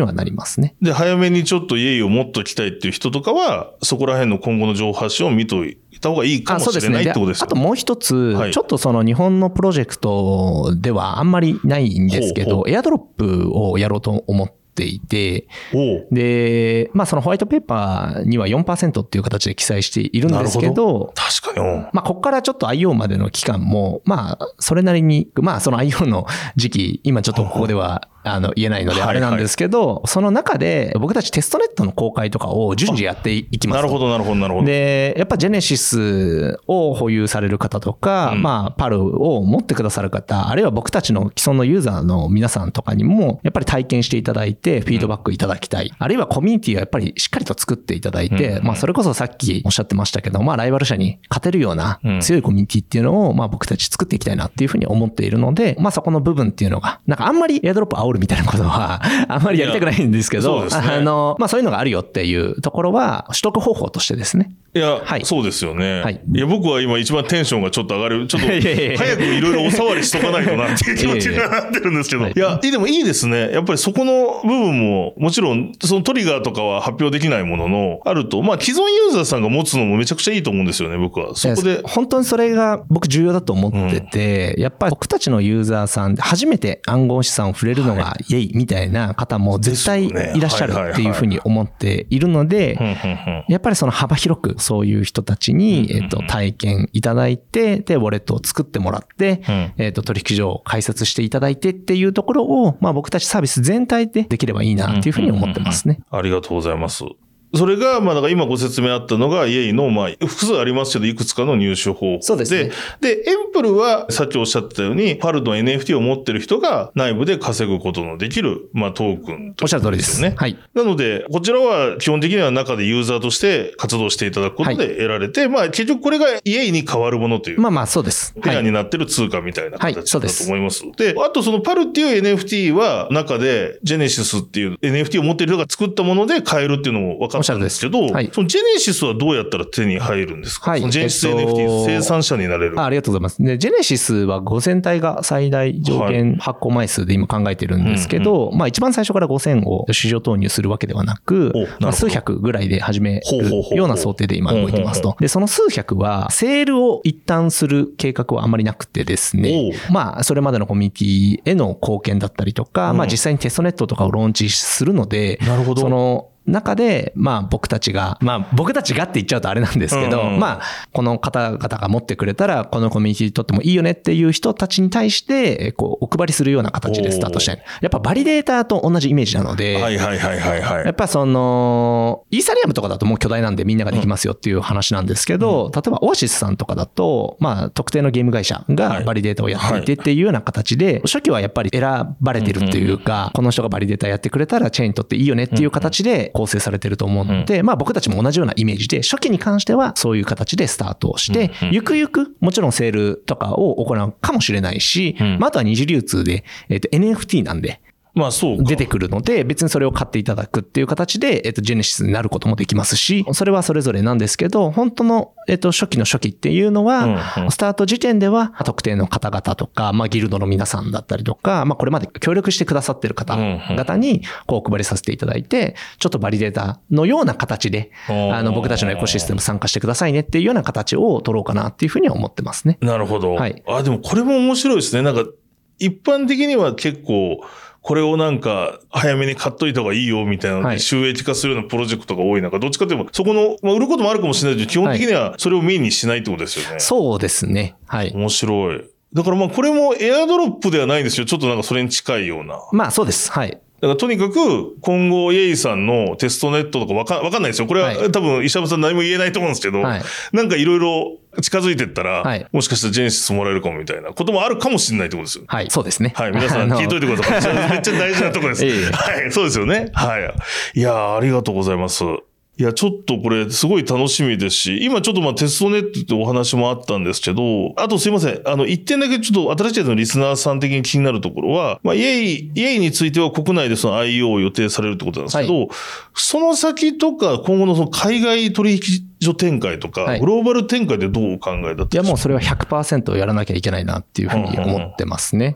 ますね。 で、早めにちょっとイエイを持っときたいっていう人とかは、そこら辺の今後の情報発信を見といた方がいいかもしれないってことですよね。 あともう一つ、 はい、 ちょっとその日本のプロジェクトではあんまりないんですけど、ほうほうエアドロップをやろうと思ってていて、で、まあそのホワイトペーパーには よんパーセント っていう形で記載しているんですけど、 ど確かに。 まあここからちょっと アイオー までの期間も、まあそれなりに、まあその アイオー の時期、今ちょっとここではあの言えないのであれなんですけど、はいはい、その中で僕たちテストネットの公開とかを順次やっていきます。 なるほどなるほどなるほど。 で、やっぱジェネシスを保有される方とか、うん、まあパルを持ってくださる方、あるいは僕たちの既存のユーザーの皆さんとかにも、やっぱり体験していただいて、フィードバックいただきたい。うん、あるいはコミュニティをやっぱりしっかりと作っていただいて、うん、まあそれこそさっきおっしゃってましたけど、まあライバル社に勝てるような強いコミュニティっていうのを、まあ僕たち作っていきたいなっていうふうに思っているので、まあそこの部分っていうのが、なんかあんまりエアドロップ煽るみたいなことは、あんまりやりたくないんですけど、そうですね、あの、まあそういうのがあるよっていうところは、取得方法としてですね。 いや、はい、そうですよね。はい、いや、僕は今一番テンションがちょっと上がる。ちょっと、早くいろいろお触りしとかないとなっていう気持ちになってるんですけど。いや、でもいいですね。やっぱりそこの部分も、もちろん、そのトリガーとかは発表できないものの、あると、まあ既存ユーザーさんが持つのもめちゃくちゃいいと思うんですよね、僕は。そこで。 本当にそれが僕重要だと思ってて、うん、やっぱり僕たちのユーザーさんで初めて暗号資産を触れるのがイエイみたいな方も絶対いらっしゃるっていうふうに思っているので、やっぱりその幅広くそういう人たちに、えっと、体験いただいて、で、ウォレットを作ってもらって、えっと、取引所を開設していただいてっていうところを、まあ僕たちサービス全体でできればいいなっていうふうに思ってますね。 ありがとうございます。それが、まあ、だから今ご説明あったのが、イエイの、まあ、複数ありますけど、いくつかの入手方法で。 そうですね。 で、エンプルは、さっきおっしゃってたように、パルの エヌエフティー を持ってる人が内部で稼ぐことのできる、まあ、トークン、 おっしゃる通りですね。はい。 なので、こちらは基本的には中でユーザーとして活動していただくことで得られて、はい、まあ、結局これがイエイに変わるものという。 まあまあ、そうです。 ペアになってる通貨みたいな形だと思います。 はい、 で、あとそのパルっていう エヌエフティー は、中で、ジェネシスっていう エヌエフティー を持ってる人が作ったもので買えるっていうのも分かったんですけど、はい、そのジェネシスはどうやったら手に入るんですか？はい、そのジェネシス エヌエフティー 生産者になれる。 あ、ありがとうございます。で、ジェネシスはごせん体が最大上限発行枚数で今考えてるんですけど、はいうんうん、まあ一番最初からごせんを市場投入するわけではなく、まあ、数百ぐらいで始めるような想定で今動いてますと。で、その数百はセールを一旦する計画はあんまりなくてですね、まあそれまでのコミュニティへの貢献だったりとか、うん、まあ実際にテストネットとかをローンチするので、 なるほど。 その中で、まあ僕たちが、まあ僕たちがって言っちゃうとあれなんですけど、うんうん、まあこの方々が持ってくれたら、このコミュニティにとってもいいよねっていう人たちに対して、こうお配りするような形でスタートして、やっぱバリデーターと同じイメージなので、 はいはいはいはいはい。 やっぱその、イーサリアムとかだともう巨大なんでみんなができますよっていう話なんですけど、うん、例えばオアシスさんとかだと、まあ特定のゲーム会社がバリデータをやっていてっていうような形で、はいはい、初期はやっぱり選ばれてるっていうか、うんうん、この人がバリデータやってくれたらチェーンにとっていいよねっていう形で構成されてると思う。思うので、うん、まあ僕たちも同じようなイメージで、初期に関してはそういう形でスタートをして、うんうん、ゆくゆくもちろんセールとかを行うかもしれないし、うん、まああとは二次流通で、えっと エヌエフティー なんで、 まあそう出てくるので、別にそれを買っていただくっていう形で、えっと、ジェネシスになることもできますし、それはそれぞれなんですけど、本当の、えっと、初期の初期っていうのは、うんうん、スタート時点では、特定の方々とか、まあ、ギルドの皆さんだったりとか、まあ、これまで協力してくださってる方々に、こう、お配りさせていただいて、ちょっとバリデータのような形で、あの、僕たちのエコシステム参加してくださいねっていうような形を取ろうかなっていうふうには思ってますね。 なるほど。 はい。 あ、でもこれも面白いですね。なんか、一般的には結構、これをなんか早めに買っといた方がいいよみたいなので収益化するようなプロジェクトが多い中、どっちかというとそこの、まあ売ることもあるかもしれないけど、基本的にはそれをメインにしないってことですよね。はい、 そうですね。はい。 面白い。だからまあこれもエアドロップではないんですよ。ちょっとなんかそれに近いような。 まあそうです。はい。 だからとにかく今後イエイさんのテストネットとかわか、わかんないですよ。これは多分石山さん何も言えないと思うんですけど、はい、なんかいろいろ近づいてったら、はい、もしかしたらジェネシスもらえるかもみたいなこともあるかもしれないってことですよ。 はい、そうですね。 はい、皆さん聞いといてください。めっちゃ大事なところです。はい、そうですよね。はい。いやー、ありがとうございます。いや、ちょっとこれすごい楽しみですし、今ちょっとまあテストネットってお話もあったんですけど、あとすいません。あの、一点だけちょっと新しいやつのリスナーさん的に気になるところは、まあ、イエイ、イエイについては国内でその アイオー を予定されるってことなんですけど、はい、その先とか今後のその海外取引所展開とか、はい、グローバル展開でどうお考えだったんですか？ いや、もうそれは ひゃくパーセント やらなきゃいけないなっていうふうに思ってますね。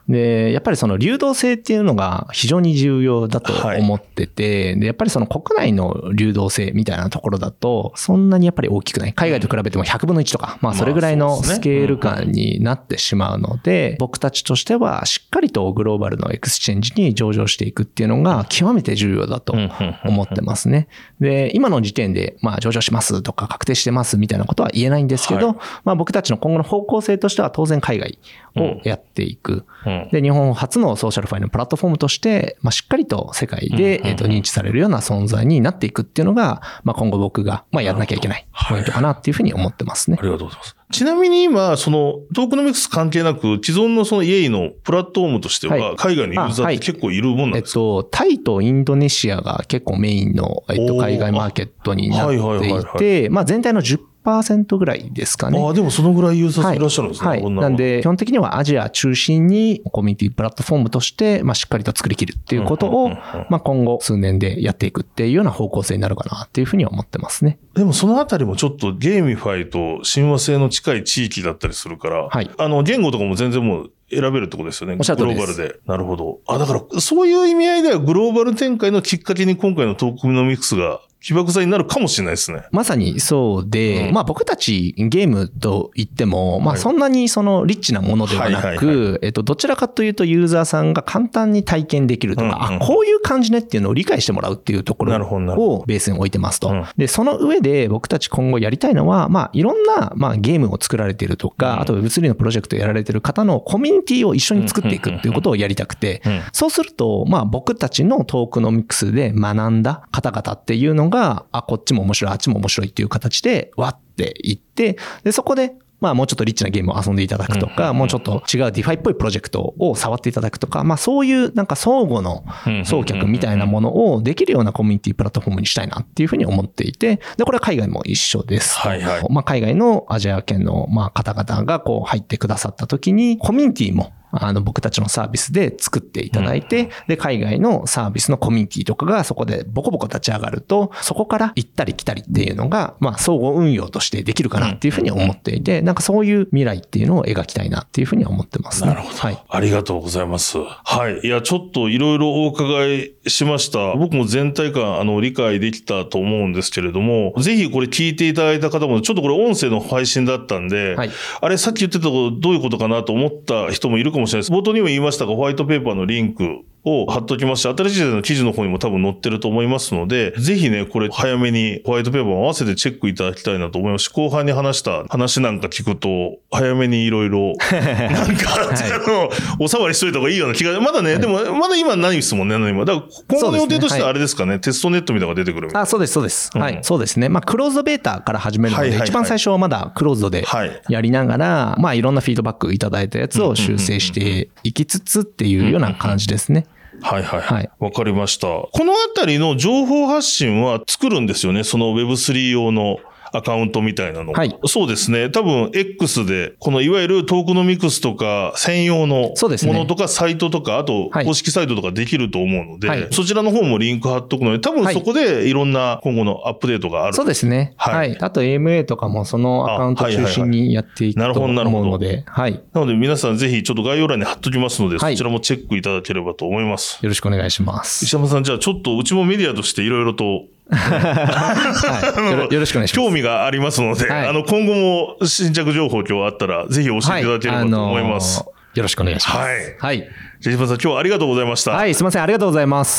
で、やっぱりその流動性っていうのが非常に重要だと思ってて、はい、で、やっぱりその国内の流動性みたいなところだと、そんなにやっぱり大きくない。海外と比べてもひゃくぶんのいちとか、まあそれぐらいのスケール感になってしまうので、僕たちとしてはしっかりとグローバルのエクスチェンジに上場していくっていうのが極めて重要だと思ってますね。で、今の時点で、まあ上場しますとか確定してますみたいなことは言えないんですけど、はい、まあ僕たちの今後の方向性としては当然海外をやっていく。うんうん、で、日本初のソーシャルファイのプラットフォームとして、まあ、しっかりと世界で、えっと、認知されるような存在になっていくっていうのが、まあ、今後僕が、まあ、やらなきゃいけないポイントかなっていうふうに思ってますね。 ありがとうございます。ちなみに今、その、トークノミクス関係なく、既存のそのイエイのプラットフォームとしては、海外のユーザーって結構いるもんなんですか？ はいはい、えっと、タイとインドネシアが結構メインの、えっと、海外マーケットになっていて、まあ、全体のじゅっパーセントぐらいですかね。 ああ、でもそのぐらいユーザーいらっしゃるんですね。 はい。はい、なんで、基本的にはアジア中心にコミュニティプラットフォームとして、まあ、しっかりと作り切るっていうことを、まあ、今後数年でやっていくっていうような方向性になるかなっていうふうに思ってますね。 でもそのあたりもちょっとゲーミファイと親和性の近い地域だったりするから、はい。あの、言語とかも全然もう選べるってことですよね。 おっしゃる通りです。 グローバルで。なるほど。あ、だからそういう意味合いではグローバル展開のきっかけに今回のトークノミクスが起爆剤になるかもしれないですね。 まさにそうで、うん、まあ僕たちゲームと言っても、まあそんなにそのリッチなものではなく、えっと、どちらかというとユーザーさんが簡単に体験できるとか、うんうん、あ、こういう感じねっていうのを理解してもらうっていうところをベースに置いてますと。うん、で、その上で僕たち今後やりたいのは、まあいろんな、まあゲームを作られているとか、うん、あと ウェブスリー のプロジェクトをやられている方のコミュニティを一緒に作っていくっていうことをやりたくて、うんうんうん、そうすると、まあ僕たちのトークノミクスで学んだ方々っていうのが、あ、こっちも面白い、あっちも面白いっていう形で割っていって、で、そこで、まあもうちょっとリッチなゲームを遊んでいただくとか、もうちょっと違うディファイっぽいプロジェクトを触っていただくとか、まあそういうなんか相互の送客みたいなものをできるようなコミュニティプラットフォームにしたいなっていうふうに思っていて、で、これは海外も一緒です。はいはい。まあ海外のアジア圏のまあ方々がこう入ってくださった時に、コミュニティもあの、僕たちのサービスで作っていただいて、うん、で、海外のサービスのコミュニティとかがそこでボコボコ立ち上がると、そこから行ったり来たりっていうのが、まあ、相互運用としてできるかなっていうふうに思っていて、なんかそういう未来っていうのを描きたいなっていうふうに思ってますね。 なるほど。はい。ありがとうございます。はい。いや、ちょっといろいろお伺いしました。僕も全体感、あの、理解できたと思うんですけれども、ぜひこれ聞いていただいた方も、ちょっとこれ音声の配信だったんで、はい、あれさっき言ってたことどういうことかなと思った人もいるかもしれないです。冒頭にも言いましたが、ホワイトペーパーのリンクを貼っときますし、新しい時代の記事の方にも多分載ってると思いますので、ぜひね、これ早めにホワイトペーパーを合わせてチェックいただきたいなと思いますし、後半に話した話なんか聞くと、早めにいろいろ、なんか、はい、お触りしといた方がいいような気が、まだね、はい、でも、まだ今何ですもんね、今。だから、今後の予定としてはあれですかね、はい、テストネットみたいなのが出てくるみたいな。 あ、そうです、そうです。うん、はい、そうですね。まあ、クローズドベータから始めるので、はいはいはい、一番最初はまだクローズドでやりながら、はい、まあ、いろんなフィードバックいただいたやつを修正していきつつっていうような感じですね。 はいはいはい。わかりました。このあたりの情報発信は作るんですよね。その ウェブスリー 用のアカウントみたいなの。はい。そうですね。多分 X で、このいわゆるトークノミクスとか専用のものとかサイトとか、あと公式サイトとかできると思うので、はい、そちらの方もリンク貼っとくので、多分そこでいろんな今後のアップデートがある。 そうですね。はい。はい、あと エーエムエー とかもそのアカウント中心にやっていくと思うので、はい。 なので皆さんぜひちょっと概要欄に貼っときますので、はい、そちらもチェックいただければと思います。 よろしくお願いします。 石山さん、じゃあちょっとうちもメディアとしていろいろとはい、よろしくお願いします。 興味がありますので、はい、あの今後も新着情報今日あったらぜひ教えていただければと思います。 はい、あのー、よろしくお願いします。はい。はい。 じゃあ石破さん、今日はありがとうございました。 はい、すみません、ありがとうございます。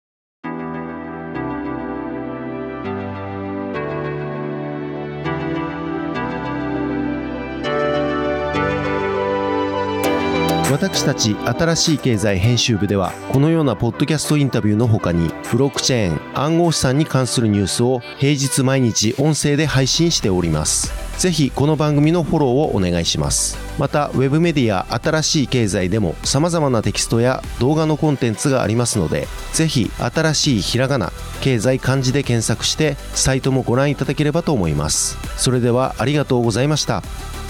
私たち新しい経済編集部ではこのようなポッドキャストインタビューの他にブロックチェーン、暗号資産に関するニュースを平日毎日音声で配信しております。ぜひこの番組のフォローをお願いします。またウェブメディア新しい経済でも様々なテキストや動画のコンテンツがありますので、ぜひ新しいひらがな、経済漢字で検索してサイトもご覧いただければと思います。それではありがとうございました。